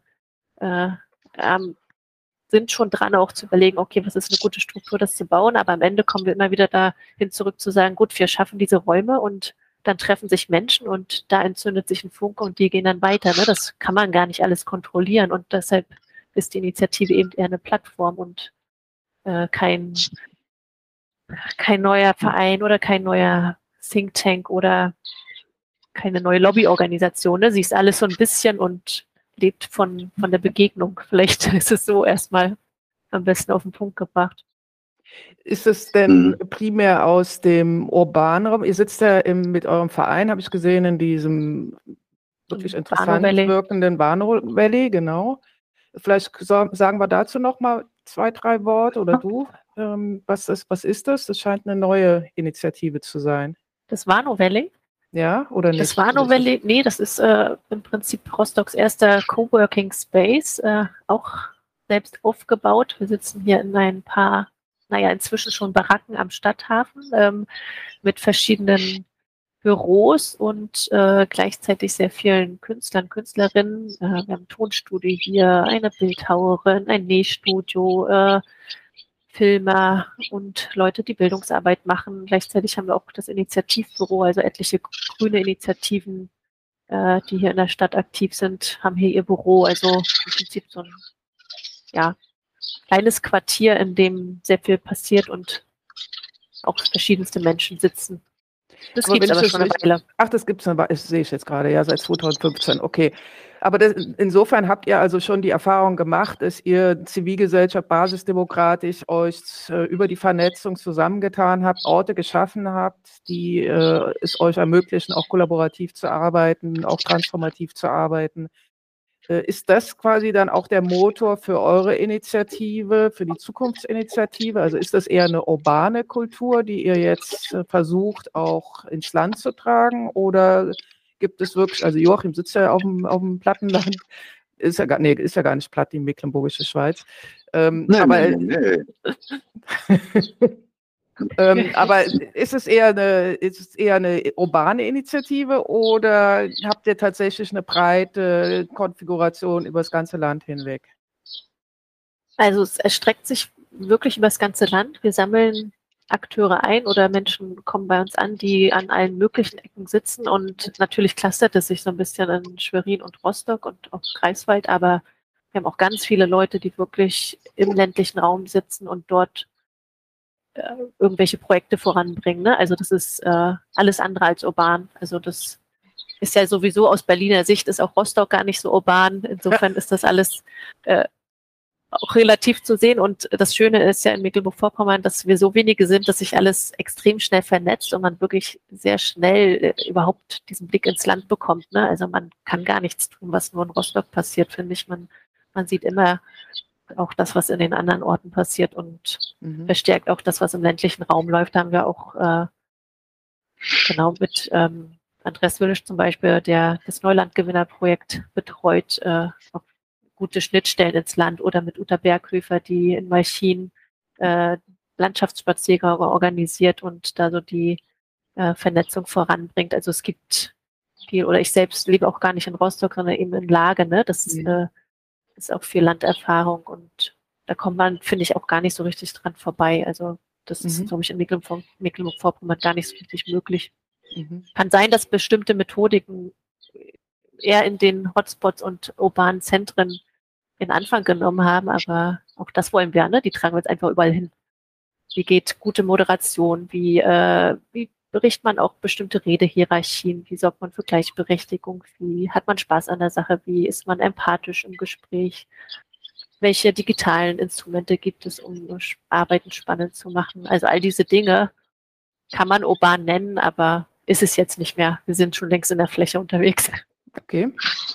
sind schon dran, auch zu überlegen, okay, was ist eine gute Struktur, das zu bauen, aber am Ende kommen wir immer wieder dahin zurück zu sagen, gut, wir schaffen diese Räume und dann treffen sich Menschen und da entzündet sich ein Funke und die gehen dann weiter. Ne? Das kann man gar nicht alles kontrollieren und deshalb ist die Initiative eben eher eine Plattform und kein neuer Verein oder kein neuer Think Tank oder keine neue Lobbyorganisation. Ne? Sie ist alles so ein bisschen und lebt von der Begegnung. Vielleicht ist es so erstmal am besten auf den Punkt gebracht. Ist es denn primär aus dem urbanen Raum? Ihr sitzt ja mit eurem Verein, habe ich gesehen, in diesem wirklich interessant wirkenden Warnow Valley, genau. Vielleicht sagen wir dazu noch mal 2, 3 Worte oder du. Was ist das? Das scheint eine neue Initiative zu sein. Das Warnow Valley? Ja, oder nicht? Das Warnow Valley, nee, das ist im Prinzip Rostocks erster Coworking Space, auch selbst aufgebaut. Wir sitzen hier in ein paar, inzwischen schon Baracken am Stadthafen mit verschiedenen Büros und gleichzeitig sehr vielen Künstlern, Künstlerinnen. Wir haben ein Tonstudio hier, eine Bildhauerin, ein Nähstudio, Filmer und Leute, die Bildungsarbeit machen. Gleichzeitig haben wir auch das Initiativbüro, also etliche grüne Initiativen, die hier in der Stadt aktiv sind, haben hier ihr Büro. Also im Prinzip so ein kleines Quartier, in dem sehr viel passiert und auch verschiedenste Menschen sitzen. Das gibt es aber schon eine Weile. Ach, das gibt es, das sehe ich jetzt gerade, ja, seit 2015, okay. Aber insofern habt ihr also schon die Erfahrung gemacht, dass ihr Zivilgesellschaft basisdemokratisch euch über die Vernetzung zusammengetan habt, Orte geschaffen habt, die es euch ermöglichen, auch kollaborativ zu arbeiten, auch transformativ zu arbeiten. Ist das quasi dann auch der Motor für eure Initiative, für die Zukunftsinitiative? Also ist das eher eine urbane Kultur, die ihr jetzt versucht, auch ins Land zu tragen? Oder gibt es wirklich, also Joachim sitzt ja auf dem Plattenland, ist ja gar nicht platt, die Mecklenburgische Schweiz. Nee. Aber ist es eher eine urbane Initiative oder habt ihr tatsächlich eine breite Konfiguration über das ganze Land hinweg? Also es erstreckt sich wirklich über das ganze Land. Wir sammeln Akteure ein oder Menschen kommen bei uns an, die an allen möglichen Ecken sitzen und natürlich clustert es sich so ein bisschen in Schwerin und Rostock und auch Greifswald, aber wir haben auch ganz viele Leute, die wirklich im ländlichen Raum sitzen und dort irgendwelche Projekte voranbringen. Ne? Also das ist alles andere als urban. Also das ist ja sowieso aus Berliner Sicht, ist auch Rostock gar nicht so urban. Insofern ist das alles auch relativ zu sehen. Und das Schöne ist ja in Mecklenburg-Vorpommern, dass wir so wenige sind, dass sich alles extrem schnell vernetzt und man wirklich sehr schnell überhaupt diesen Blick ins Land bekommt. Ne? Also man kann gar nichts tun, was nur in Rostock passiert, finde ich. Man sieht immer auch das, was in den anderen Orten passiert und verstärkt auch das, was im ländlichen Raum läuft. Da haben wir auch genau mit Andreas Willisch zum Beispiel, der das Neulandgewinnerprojekt betreut, auch gute Schnittstellen ins Land oder mit Uta Berghöfer, die in Malchin Landschaftsspaziergänge organisiert und da so die Vernetzung voranbringt. Also es gibt viel, oder ich selbst lebe auch gar nicht in Rostock, sondern eben in Lage, ne? Das ist auch viel Landerfahrung und da kommt man, finde ich, auch gar nicht so richtig dran vorbei. Also das ist, glaube ich, in Mecklenburg-Vorpommern gar nicht so richtig möglich. Kann sein, dass bestimmte Methodiken eher in den Hotspots und urbanen Zentren in Anfang genommen haben, aber auch das wollen wir, ne? Die tragen wir jetzt einfach überall hin. Wie geht gute Moderation? Wie berichtet man auch bestimmte Redehierarchien? Wie sorgt man für Gleichberechtigung? Wie hat man Spaß an der Sache? Wie ist man empathisch im Gespräch? Welche digitalen Instrumente gibt es, um Arbeiten spannend zu machen? Also all diese Dinge kann man urban nennen, aber ist es jetzt nicht mehr. Wir sind schon längst in der Fläche unterwegs. Okay.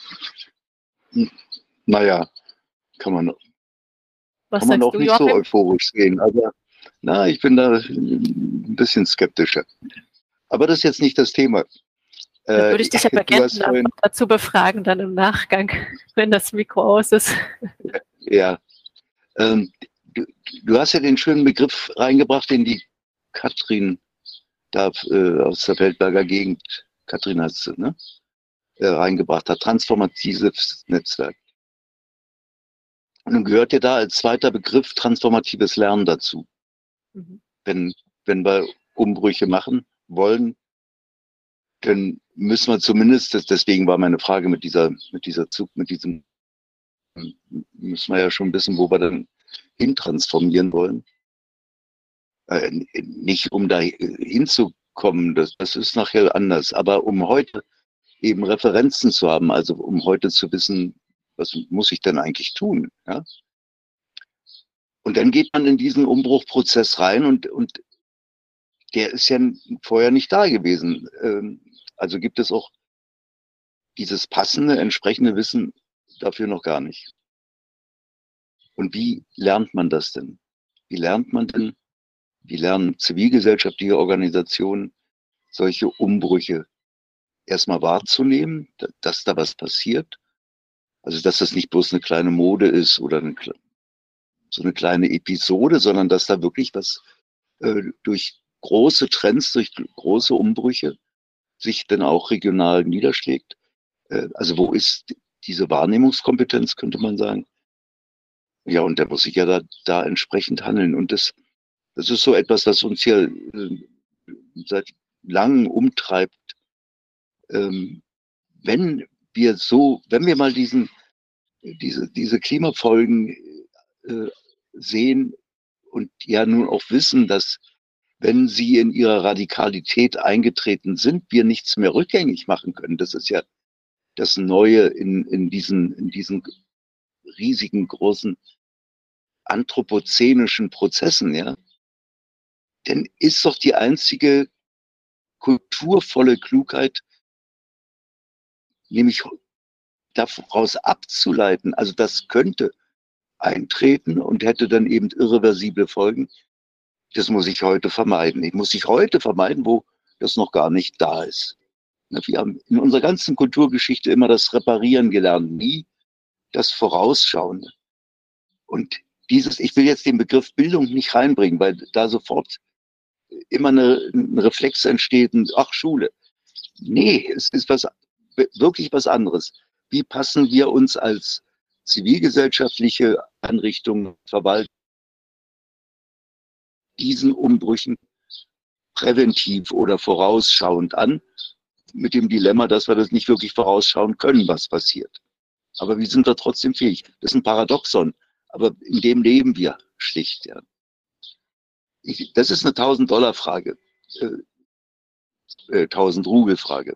Naja, kann man auch nicht Joachim? so euphorisch sehen. Aber ich bin da ein bisschen skeptischer. Aber das ist jetzt nicht das Thema. Dann würde ich dich aber gerne vorhin, dazu befragen, dann im Nachgang, wenn das Mikro aus ist. Ja. Du hast ja den schönen Begriff reingebracht, den die Katrin da aus der Feldberger Gegend, Katrin heißt sie, ne? Reingebracht hat, transformatives Netzwerk. Und dann gehört ja da als zweiter Begriff transformatives Lernen dazu. Mhm. Wenn wir Umbrüche machen wollen, dann müssen wir zumindest, deswegen war meine Frage mit diesem, müssen wir ja schon wissen, wo wir dann hin transformieren wollen. Nicht um da hinzukommen, das ist nachher anders, aber um heute eben Referenzen zu haben, also um heute zu wissen, was muss ich denn eigentlich tun? Ja? Und dann geht man in diesen Umbruchprozess rein und der ist ja vorher nicht da gewesen. Also gibt es auch dieses passende, entsprechende Wissen dafür noch gar nicht. Und wie lernt man das denn? Wie lernen zivilgesellschaftliche Organisationen, solche Umbrüche erstmal wahrzunehmen, dass da was passiert? Also, dass das nicht bloß eine kleine Mode ist oder so eine kleine Episode, sondern dass da wirklich was durch große Trends, durch große Umbrüche sich dann auch regional niederschlägt. Also wo ist diese Wahrnehmungskompetenz, könnte man sagen. Ja, und da muss ich ja da entsprechend handeln. Und das ist so etwas, was uns hier seit langem umtreibt. Wenn wir mal diese Klimafolgen sehen und ja nun auch wissen, dass wenn sie in ihrer Radikalität eingetreten sind, wir nichts mehr rückgängig machen können. Das ist ja das Neue in diesen riesigen, großen anthropozenischen Prozessen, ja. Denn ist doch die einzige kulturvolle Klugheit, nämlich daraus abzuleiten, also das könnte eintreten und hätte dann eben irreversible Folgen. Das muss ich heute vermeiden. Ich muss ich heute vermeiden, wo das noch gar nicht da ist. Wir haben in unserer ganzen Kulturgeschichte immer das Reparieren gelernt, nie das Vorausschauen. Und ich will jetzt den Begriff Bildung nicht reinbringen, weil da sofort immer ein Reflex entsteht und ach, Schule. Nee, es ist wirklich was anderes. Wie passen wir uns als zivilgesellschaftliche Einrichtungen, Verwaltung diesen Umbrüchen präventiv oder vorausschauend an, mit dem Dilemma, dass wir das nicht wirklich vorausschauen können, was passiert. Aber wie sind wir trotzdem fähig? Das ist ein Paradoxon, aber in dem leben wir schlicht. Ja. Das ist eine 1000-Dollar-Frage, 1000-Rubel-Frage.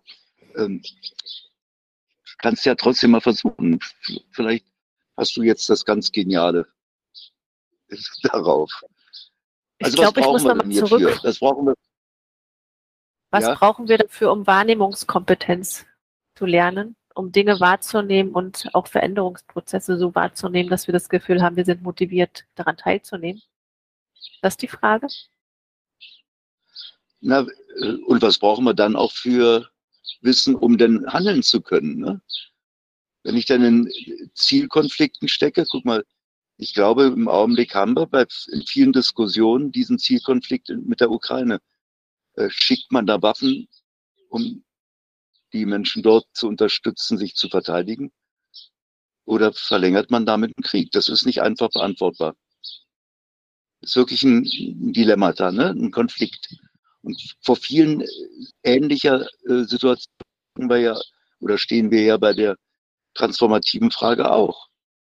Kannst ja trotzdem mal versuchen. Vielleicht hast du jetzt das ganz Geniale darauf. Also ich muss nochmal zurück. Das brauchen wir. Was brauchen wir dafür, um Wahrnehmungskompetenz zu lernen, um Dinge wahrzunehmen und auch Veränderungsprozesse so wahrzunehmen, dass wir das Gefühl haben, wir sind motiviert, daran teilzunehmen? Das ist die Frage. Na, und was brauchen wir dann auch für Wissen, um denn handeln zu können? Ne? Wenn ich dann in Zielkonflikten stecke, guck mal, ich glaube, im Augenblick haben wir in vielen Diskussionen diesen Zielkonflikt mit der Ukraine. Schickt man da Waffen, um die Menschen dort zu unterstützen, sich zu verteidigen? Oder verlängert man damit einen Krieg? Das ist nicht einfach beantwortbar. Das ist wirklich ein Dilemma da, ne? Ein Konflikt. Und vor vielen ähnlicher Situationen stehen wir ja bei der transformativen Frage auch.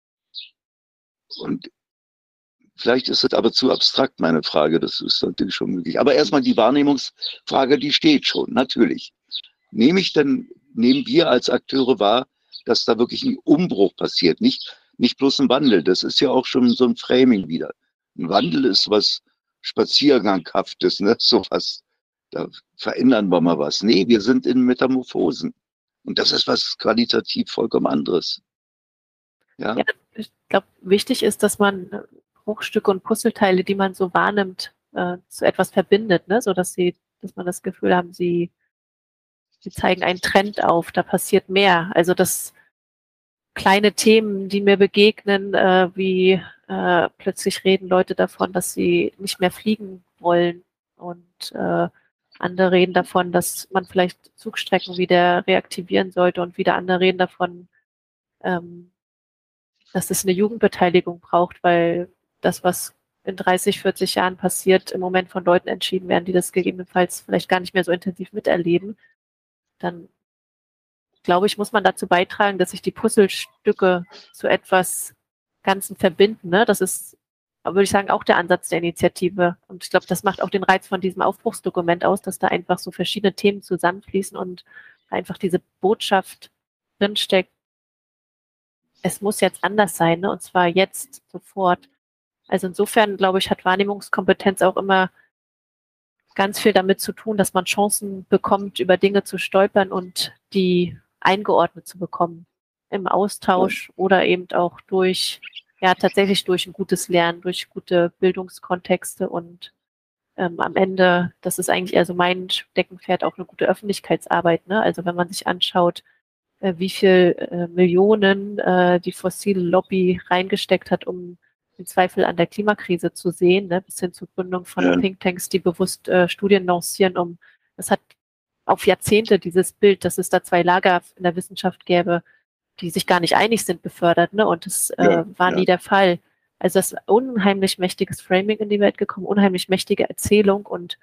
Und vielleicht ist es aber zu abstrakt, meine Frage. Das ist natürlich schon möglich. Aber erstmal die Wahrnehmungsfrage, die steht schon, natürlich. Nehmen wir als Akteure wahr, dass da wirklich ein Umbruch passiert, nicht bloß ein Wandel. Das ist ja auch schon so ein Framing wieder. Ein Wandel ist was Spazierganghaftes, ne? Sowas. Da verändern wir mal was. Nee, wir sind in Metamorphosen. Und das ist was qualitativ vollkommen anderes. Ja, ich glaube, wichtig ist, dass man Bruchstücke und Puzzleteile, die man so wahrnimmt, zu etwas verbindet, ne? Sodass sie dass man das Gefühl haben, sie zeigen einen Trend auf, da passiert mehr. Also das kleine Themen, die mir begegnen, wie plötzlich reden Leute davon, dass sie nicht mehr fliegen wollen und andere reden davon, dass man vielleicht Zugstrecken wieder reaktivieren sollte und wieder andere reden davon, dass es eine Jugendbeteiligung braucht, weil das, was in 30, 40 Jahren passiert, im Moment von Leuten entschieden werden, die das gegebenenfalls vielleicht gar nicht mehr so intensiv miterleben, dann glaube ich, muss man dazu beitragen, dass sich die Puzzlestücke zu etwas Ganzen verbinden. Ne? Das ist, würde ich sagen, auch der Ansatz der Initiative. Und ich glaube, das macht auch den Reiz von diesem Aufbruchsdokument aus, dass da einfach so verschiedene Themen zusammenfließen und einfach diese Botschaft drinsteckt, es muss jetzt anders sein, ne? Und zwar jetzt, sofort. Also insofern, glaube ich, hat Wahrnehmungskompetenz auch immer ganz viel damit zu tun, dass man Chancen bekommt, über Dinge zu stolpern und die eingeordnet zu bekommen. Im Austausch oder eben auch tatsächlich durch ein gutes Lernen, durch gute Bildungskontexte und am Ende, das ist eigentlich eher so mein Steckenpferd, auch eine gute Öffentlichkeitsarbeit, ne? Also wenn man sich anschaut, wie viel Millionen die fossile Lobby reingesteckt hat, um den Zweifel an der Klimakrise zu sehen, ne, bis hin zur Gründung von Thinktanks, die bewusst Studien lancieren, das hat auf Jahrzehnte dieses Bild, dass es da zwei Lager in der Wissenschaft gäbe, die sich gar nicht einig sind, befördert, ne? Und das war nie der Fall. Also das ist unheimlich mächtiges Framing in die Welt gekommen, unheimlich mächtige Erzählung und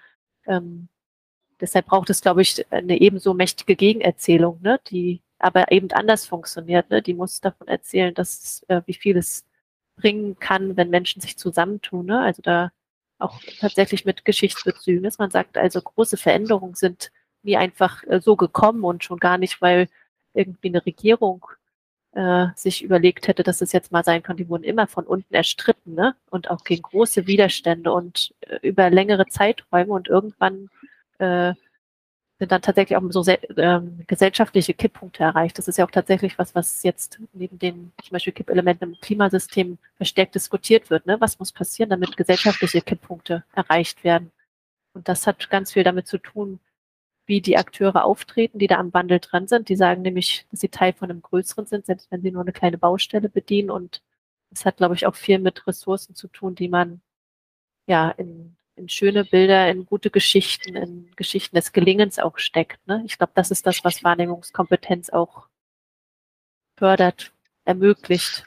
deshalb braucht es, glaube ich, eine ebenso mächtige Gegenerzählung, ne, die aber eben anders funktioniert. Ne? Die muss davon erzählen, dass wie viel es bringen kann, wenn Menschen sich zusammentun. Ne? Also da auch tatsächlich mit Geschichtsbezügen, dass man sagt, also große Veränderungen sind nie einfach so gekommen und schon gar nicht, weil irgendwie eine Regierung sich überlegt hätte, dass es jetzt mal sein kann. Die wurden immer von unten erstritten, ne? Und auch gegen große Widerstände und über längere Zeiträume und irgendwann sind dann tatsächlich auch so gesellschaftliche Kipppunkte erreicht. Das ist ja auch tatsächlich was jetzt neben den zum Beispiel Kippelementen im Klimasystem verstärkt diskutiert wird. Ne? Was muss passieren, damit gesellschaftliche Kipppunkte erreicht werden? Und das hat ganz viel damit zu tun, wie die Akteure auftreten, die da am Wandel dran sind. Die sagen nämlich, dass sie Teil von einem Größeren sind, selbst wenn sie nur eine kleine Baustelle bedienen. Und es hat, glaube ich, auch viel mit Ressourcen zu tun, die man in schöne Bilder, in gute Geschichten, in Geschichten des Gelingens auch steckt. Ne? Ich glaube, das ist das, was Wahrnehmungskompetenz auch fördert, ermöglicht.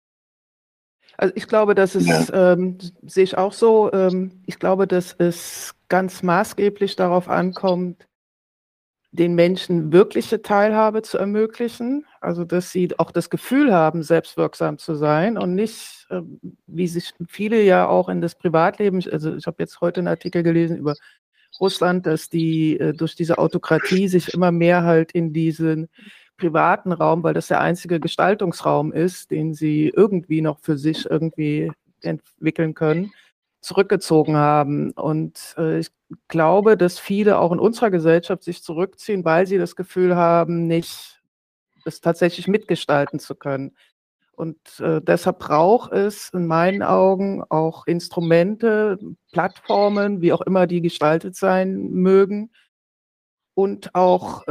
Also ich glaube, dass es, sehe ich auch so, ich glaube, dass es ganz maßgeblich darauf ankommt, den Menschen wirkliche Teilhabe zu ermöglichen, also dass sie auch das Gefühl haben, selbstwirksam zu sein und nicht, wie sich viele ja auch in das Privatleben, also ich habe jetzt heute einen Artikel gelesen über Russland, dass die durch diese Autokratie sich immer mehr halt in diesen privaten Raum, weil das der einzige Gestaltungsraum ist, den sie irgendwie noch für sich irgendwie entwickeln können, zurückgezogen haben. Und ich glaube, dass viele auch in unserer Gesellschaft sich zurückziehen, weil sie das Gefühl haben, nicht das tatsächlich mitgestalten zu können. Und deshalb braucht es in meinen Augen auch Instrumente, Plattformen, wie auch immer die gestaltet sein mögen, und auch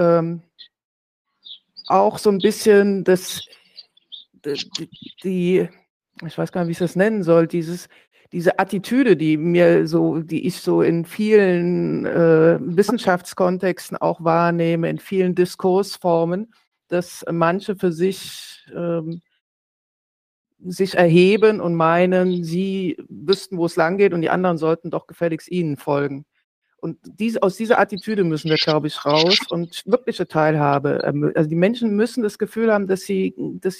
so ein bisschen ich weiß gar nicht, wie ich das nennen soll, diese Attitüde, die ich so in vielen Wissenschaftskontexten auch wahrnehme, in vielen Diskursformen, dass manche für sich erheben und meinen, sie wüssten, wo es lang geht und die anderen sollten doch gefälligst ihnen folgen. Und aus dieser Attitüde müssen wir, glaube ich, raus und wirkliche Teilhabe. Also die Menschen müssen das Gefühl haben, dass sie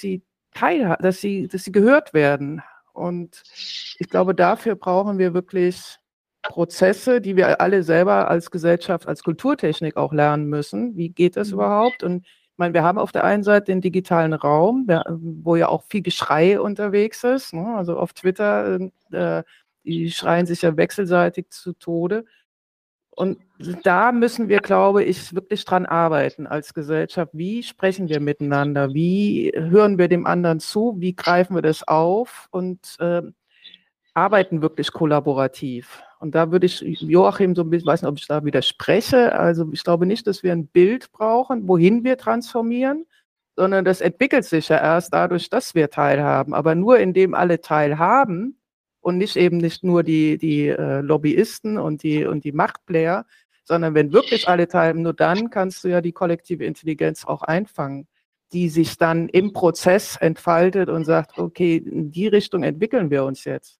gehört werden. Und ich glaube, dafür brauchen wir wirklich Prozesse, die wir alle selber als Gesellschaft, als Kulturtechnik auch lernen müssen. Wie geht das überhaupt? Und ich meine, wir haben auf der einen Seite den digitalen Raum, wo ja auch viel Geschrei unterwegs ist. Ne? Also auf Twitter, die schreien sich ja wechselseitig zu Tode. Und da müssen wir, glaube ich, wirklich dran arbeiten als Gesellschaft. Wie sprechen wir miteinander? Wie hören wir dem anderen zu? Wie greifen wir das auf? Und arbeiten wirklich kollaborativ. Und da würde ich Joachim so ein bisschen, weiß nicht, ob ich da widerspreche. Also ich glaube nicht, dass wir ein Bild brauchen, wohin wir transformieren, sondern das entwickelt sich ja erst dadurch, dass wir teilhaben. Aber nur indem alle teilhaben und nicht nur die Lobbyisten und die Machtplayer, sondern wenn wirklich alle teilhaben, nur dann kannst du ja die kollektive Intelligenz auch einfangen, die sich dann im Prozess entfaltet und sagt, okay, in die Richtung entwickeln wir uns jetzt.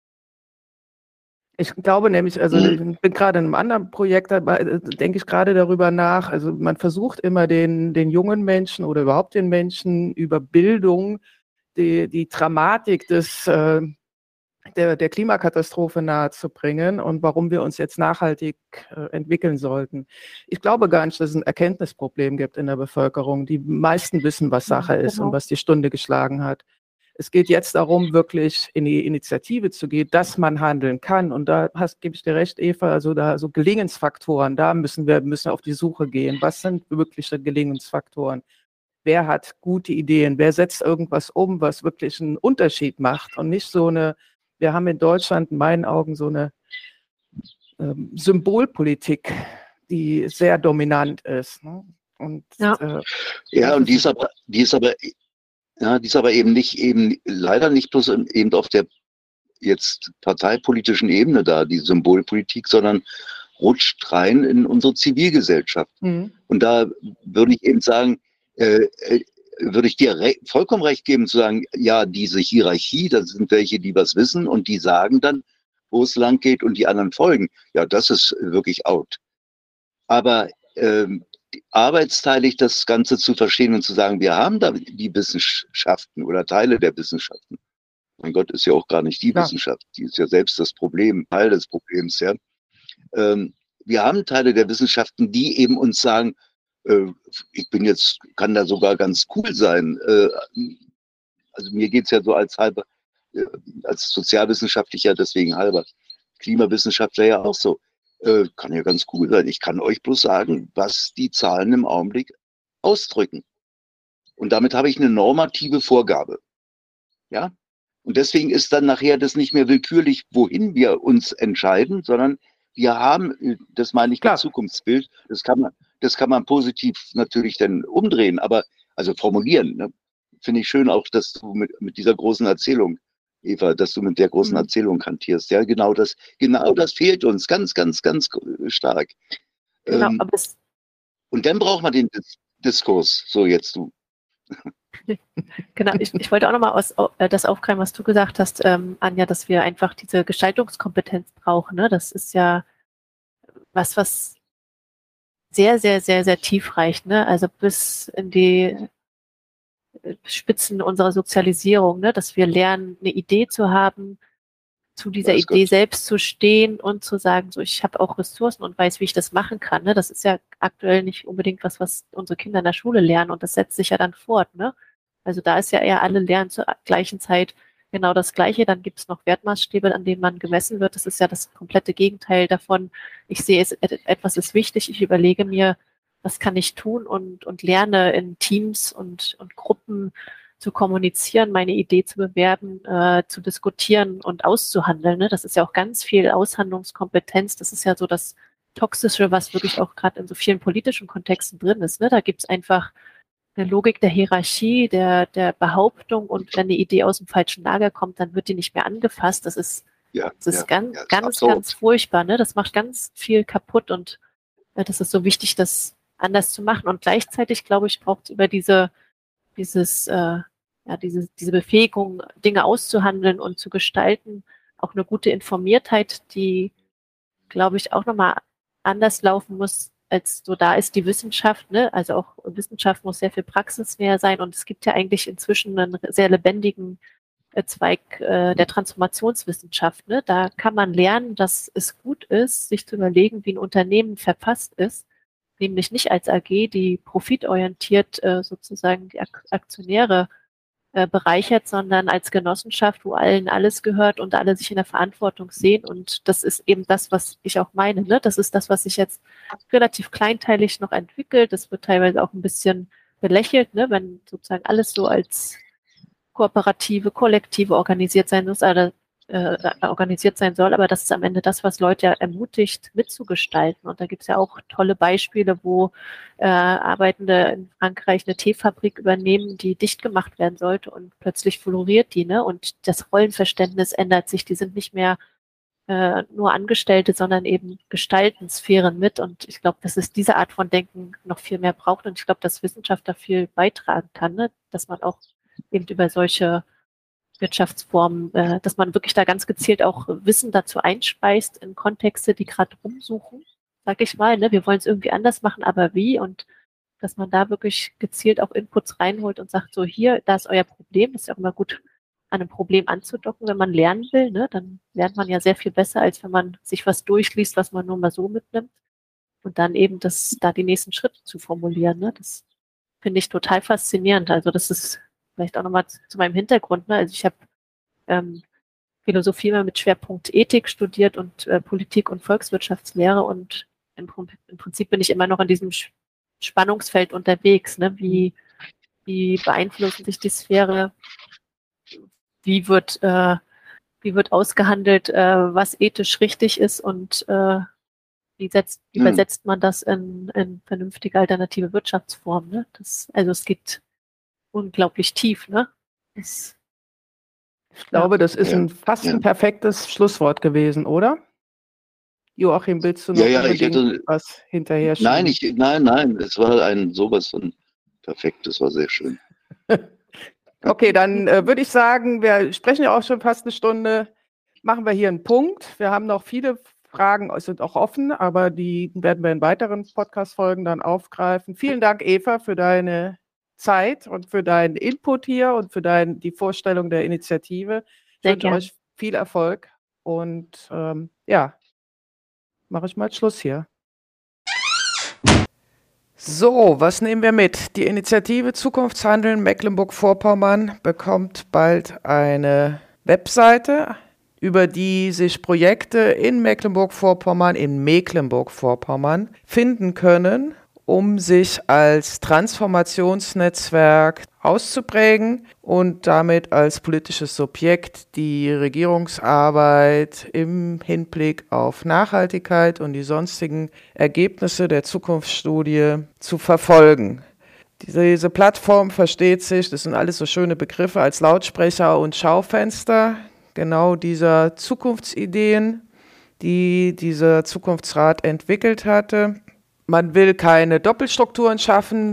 Ich glaube nämlich, also ich bin gerade in einem anderen Projekt dabei, denke ich gerade darüber nach, also man versucht immer den jungen Menschen oder überhaupt den Menschen über Bildung die Dramatik der Klimakatastrophe nahezubringen und warum wir uns jetzt nachhaltig entwickeln sollten. Ich glaube gar nicht, dass es ein Erkenntnisproblem gibt in der Bevölkerung. Die meisten wissen, was Sache ist und was die Stunde geschlagen hat. Es geht jetzt darum, wirklich in die Initiative zu gehen, dass man handeln kann. Und da gebe ich dir recht, Eva, also da so Gelingensfaktoren, da müssen wir auf die Suche gehen. Was sind wirkliche Gelingensfaktoren? Wer hat gute Ideen? Wer setzt irgendwas um, was wirklich einen Unterschied macht? Und nicht wir haben in Deutschland in meinen Augen so eine Symbolpolitik, die sehr dominant ist. Ne? Und, und die ist aber eben leider nicht bloß eben auf der jetzt parteipolitischen Ebene da, die Symbolpolitik, sondern rutscht rein in unsere Zivilgesellschaft. Und da würde ich eben sagen, würde ich dir vollkommen recht geben zu sagen, ja, diese Hierarchie, das sind welche, die was wissen und die sagen dann, wo es lang geht und die anderen folgen. Ja, das ist wirklich out. Aber arbeitsteilig das Ganze zu verstehen und zu sagen, wir haben da die Wissenschaften oder Teile der Wissenschaften. Mein Gott, ist ja auch gar nicht die Wissenschaft, die ist ja selbst das Problem, Teil des Problems, ja. Wir haben Teile der Wissenschaften, die eben uns sagen, kann da sogar ganz cool sein. Also mir geht's ja so als Sozialwissenschaftlicher, deswegen halber Klimawissenschaftler ja auch so. Kann ja ganz cool sein. Ich kann euch bloß sagen, was die Zahlen im Augenblick ausdrücken. Und damit habe ich eine normative Vorgabe. Ja? Und deswegen ist dann nachher das nicht mehr willkürlich, wohin wir uns entscheiden, sondern wir haben, das meine ich, das Zukunftsbild, das kann man positiv natürlich dann umdrehen, aber also formulieren. Ne? Finde ich schön auch, dass du mit dieser großen Erzählung, Eva, dass du mit der großen Erzählung hantierst. Ja, genau das fehlt uns ganz, ganz, ganz stark. Genau, und dann braucht man den Diskurs. So, jetzt du. Genau, ich wollte auch nochmal das aufgreifen, was du gesagt hast, Anja, dass wir einfach diese Gestaltungskompetenz brauchen. Ne? Das ist ja was sehr, sehr, sehr, sehr tief reicht. Ne? Also bis in die Spitzen unserer Sozialisierung, ne? Dass wir lernen, eine Idee zu haben, zu dieser Idee selbst zu stehen und zu sagen, so, ich habe auch Ressourcen und weiß, wie ich das machen kann. Ne? Das ist ja aktuell nicht unbedingt was unsere Kinder in der Schule lernen und das setzt sich ja dann fort. Ne? Also da ist ja eher alle lernen zur gleichen Zeit genau das Gleiche. Dann gibt es noch Wertmaßstäbe, an denen man gemessen wird. Das ist ja das komplette Gegenteil davon. Ich sehe, etwas ist wichtig. Ich überlege mir, was kann ich tun und lerne in Teams und Gruppen zu kommunizieren, meine Idee zu bewerben, zu diskutieren und auszuhandeln. Ne? Das ist ja auch ganz viel Aushandlungskompetenz. Das ist ja so das Toxische, was wirklich auch gerade in so vielen politischen Kontexten drin ist. Ne? Da gibt es einfach eine Logik der Hierarchie, der Behauptung, und wenn eine Idee aus dem falschen Lager kommt, dann wird die nicht mehr angefasst. Das ist ganz furchtbar. Ne? Das macht ganz viel kaputt und das ist so wichtig, das anders zu machen. Und gleichzeitig, glaube ich, braucht es über diese Befähigung, Dinge auszuhandeln und zu gestalten, auch eine gute Informiertheit, die, glaube ich, auch nochmal anders laufen muss, als so da ist die Wissenschaft. Ne? Also auch Wissenschaft muss sehr viel praxisnäher sein und es gibt ja eigentlich inzwischen einen sehr lebendigen Zweig der Transformationswissenschaft. Ne? Da kann man lernen, dass es gut ist, sich zu überlegen, wie ein Unternehmen verfasst ist, nämlich nicht als AG, die profitorientiert sozusagen die Aktionäre bereichert, sondern als Genossenschaft, wo allen alles gehört und alle sich in der Verantwortung sehen. Und das ist eben das, was ich auch meine. Ne? Das ist das, was sich jetzt relativ kleinteilig noch entwickelt. Das wird teilweise auch ein bisschen belächelt, ne? Wenn sozusagen alles so als kooperative, kollektive organisiert sein muss. Aber organisiert sein soll, aber das ist am Ende das, was Leute ja ermutigt, mitzugestalten. Und da gibt es ja auch tolle Beispiele, wo Arbeitende in Frankreich eine Teefabrik übernehmen, die dicht gemacht werden sollte und plötzlich floriert die, ne? Und das Rollenverständnis ändert sich. Die sind nicht mehr nur Angestellte, sondern eben gestalten Sphären mit. Und ich glaube, dass es diese Art von Denken noch viel mehr braucht. Und ich glaube, dass Wissenschaft da viel beitragen kann, ne? Dass man auch eben über solche Wirtschaftsformen, dass man wirklich da ganz gezielt auch Wissen dazu einspeist in Kontexte, die gerade rumsuchen, sag ich mal, ne? Wir wollen es irgendwie anders machen, aber wie? Und dass man da wirklich gezielt auch Inputs reinholt und sagt, so hier, da ist euer Problem. Das ist ja auch immer gut, an einem Problem anzudocken, wenn man lernen will, ne? Dann lernt man ja sehr viel besser, als wenn man sich was durchliest, was man nur mal so mitnimmt. Und dann eben da die nächsten Schritte zu formulieren, ne? Das finde ich total faszinierend. Also das ist vielleicht auch nochmal zu meinem Hintergrund, ne? Also ich habe Philosophie immer mit Schwerpunkt Ethik studiert und Politik und Volkswirtschaftslehre und im Prinzip bin ich immer noch in diesem Spannungsfeld unterwegs, ne? Wie beeinflussen sich die Sphäre? Wie wird ausgehandelt, was ethisch richtig ist und wie übersetzt man das in vernünftige alternative Wirtschaftsformen? Ne? Also es geht unglaublich tief. Ne? Ich glaube, das ist fast ein perfektes Schlusswort gewesen, oder? Joachim, willst du noch unbedingt was hinterher schieben? Nein, es war sowas von perfekt, das war sehr schön. Okay, dann würde ich sagen, wir sprechen ja auch schon fast eine Stunde, machen wir hier einen Punkt. Wir haben noch viele Fragen, sind auch offen, aber die werden wir in weiteren Podcast-Folgen dann aufgreifen. Vielen Dank, Eva, für deine Zeit und für deinen Input hier und für die Vorstellung der Initiative. Ich wünsche euch viel Erfolg und mache ich mal Schluss hier. So, was nehmen wir mit? Die Initiative Zukunftshandeln Mecklenburg-Vorpommern bekommt bald eine Webseite, über die sich Projekte in Mecklenburg-Vorpommern finden können, um sich als Transformationsnetzwerk auszuprägen und damit als politisches Subjekt die Regierungsarbeit im Hinblick auf Nachhaltigkeit und die sonstigen Ergebnisse der Zukunftsstudie zu verfolgen. Diese Plattform versteht sich, das sind alles so schöne Begriffe, als Lautsprecher und Schaufenster genau dieser Zukunftsideen, die dieser Zukunftsrat entwickelt hatte. Man will keine Doppelstrukturen schaffen,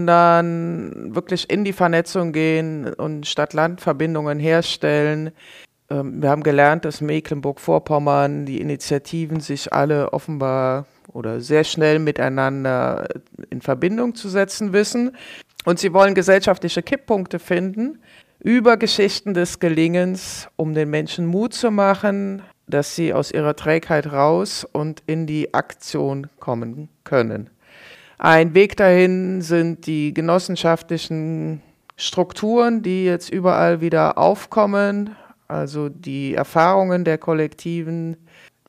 sondern wirklich in die Vernetzung gehen und Stadt-Land-Verbindungen herstellen. Wir haben gelernt, dass Mecklenburg-Vorpommern, die Initiativen sich alle offenbar oder sehr schnell miteinander in Verbindung zu setzen wissen. Und sie wollen gesellschaftliche Kipppunkte finden über Geschichten des Gelingens, um den Menschen Mut zu machen, dass sie aus ihrer Trägheit raus und in die Aktion kommen können. Ein Weg dahin sind die genossenschaftlichen Strukturen, die jetzt überall wieder aufkommen, also die Erfahrungen der Kollektiven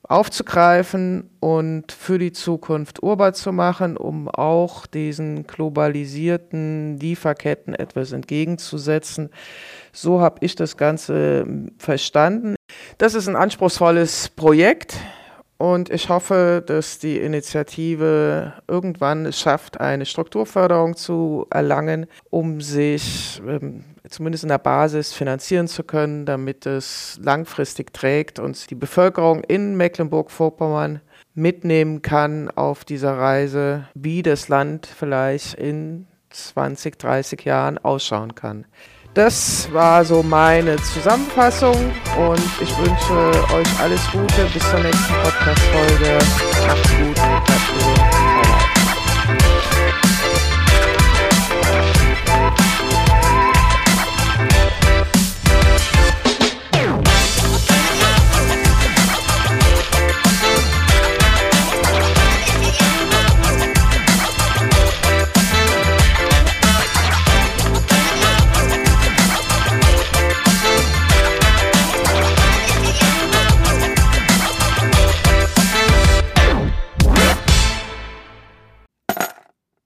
aufzugreifen und für die Zukunft urbar zu machen, um auch diesen globalisierten Lieferketten etwas entgegenzusetzen. So habe ich das Ganze verstanden. Das ist ein anspruchsvolles Projekt und ich hoffe, dass die Initiative irgendwann es schafft, eine Strukturförderung zu erlangen, um sich zumindest in der Basis finanzieren zu können, damit es langfristig trägt und die Bevölkerung in Mecklenburg-Vorpommern mitnehmen kann auf dieser Reise, wie das Land vielleicht in 20, 30 Jahren ausschauen kann. Das war so meine Zusammenfassung und ich wünsche euch alles Gute bis zur nächsten Podcast-Folge. Macht's gut und bleibt gesund.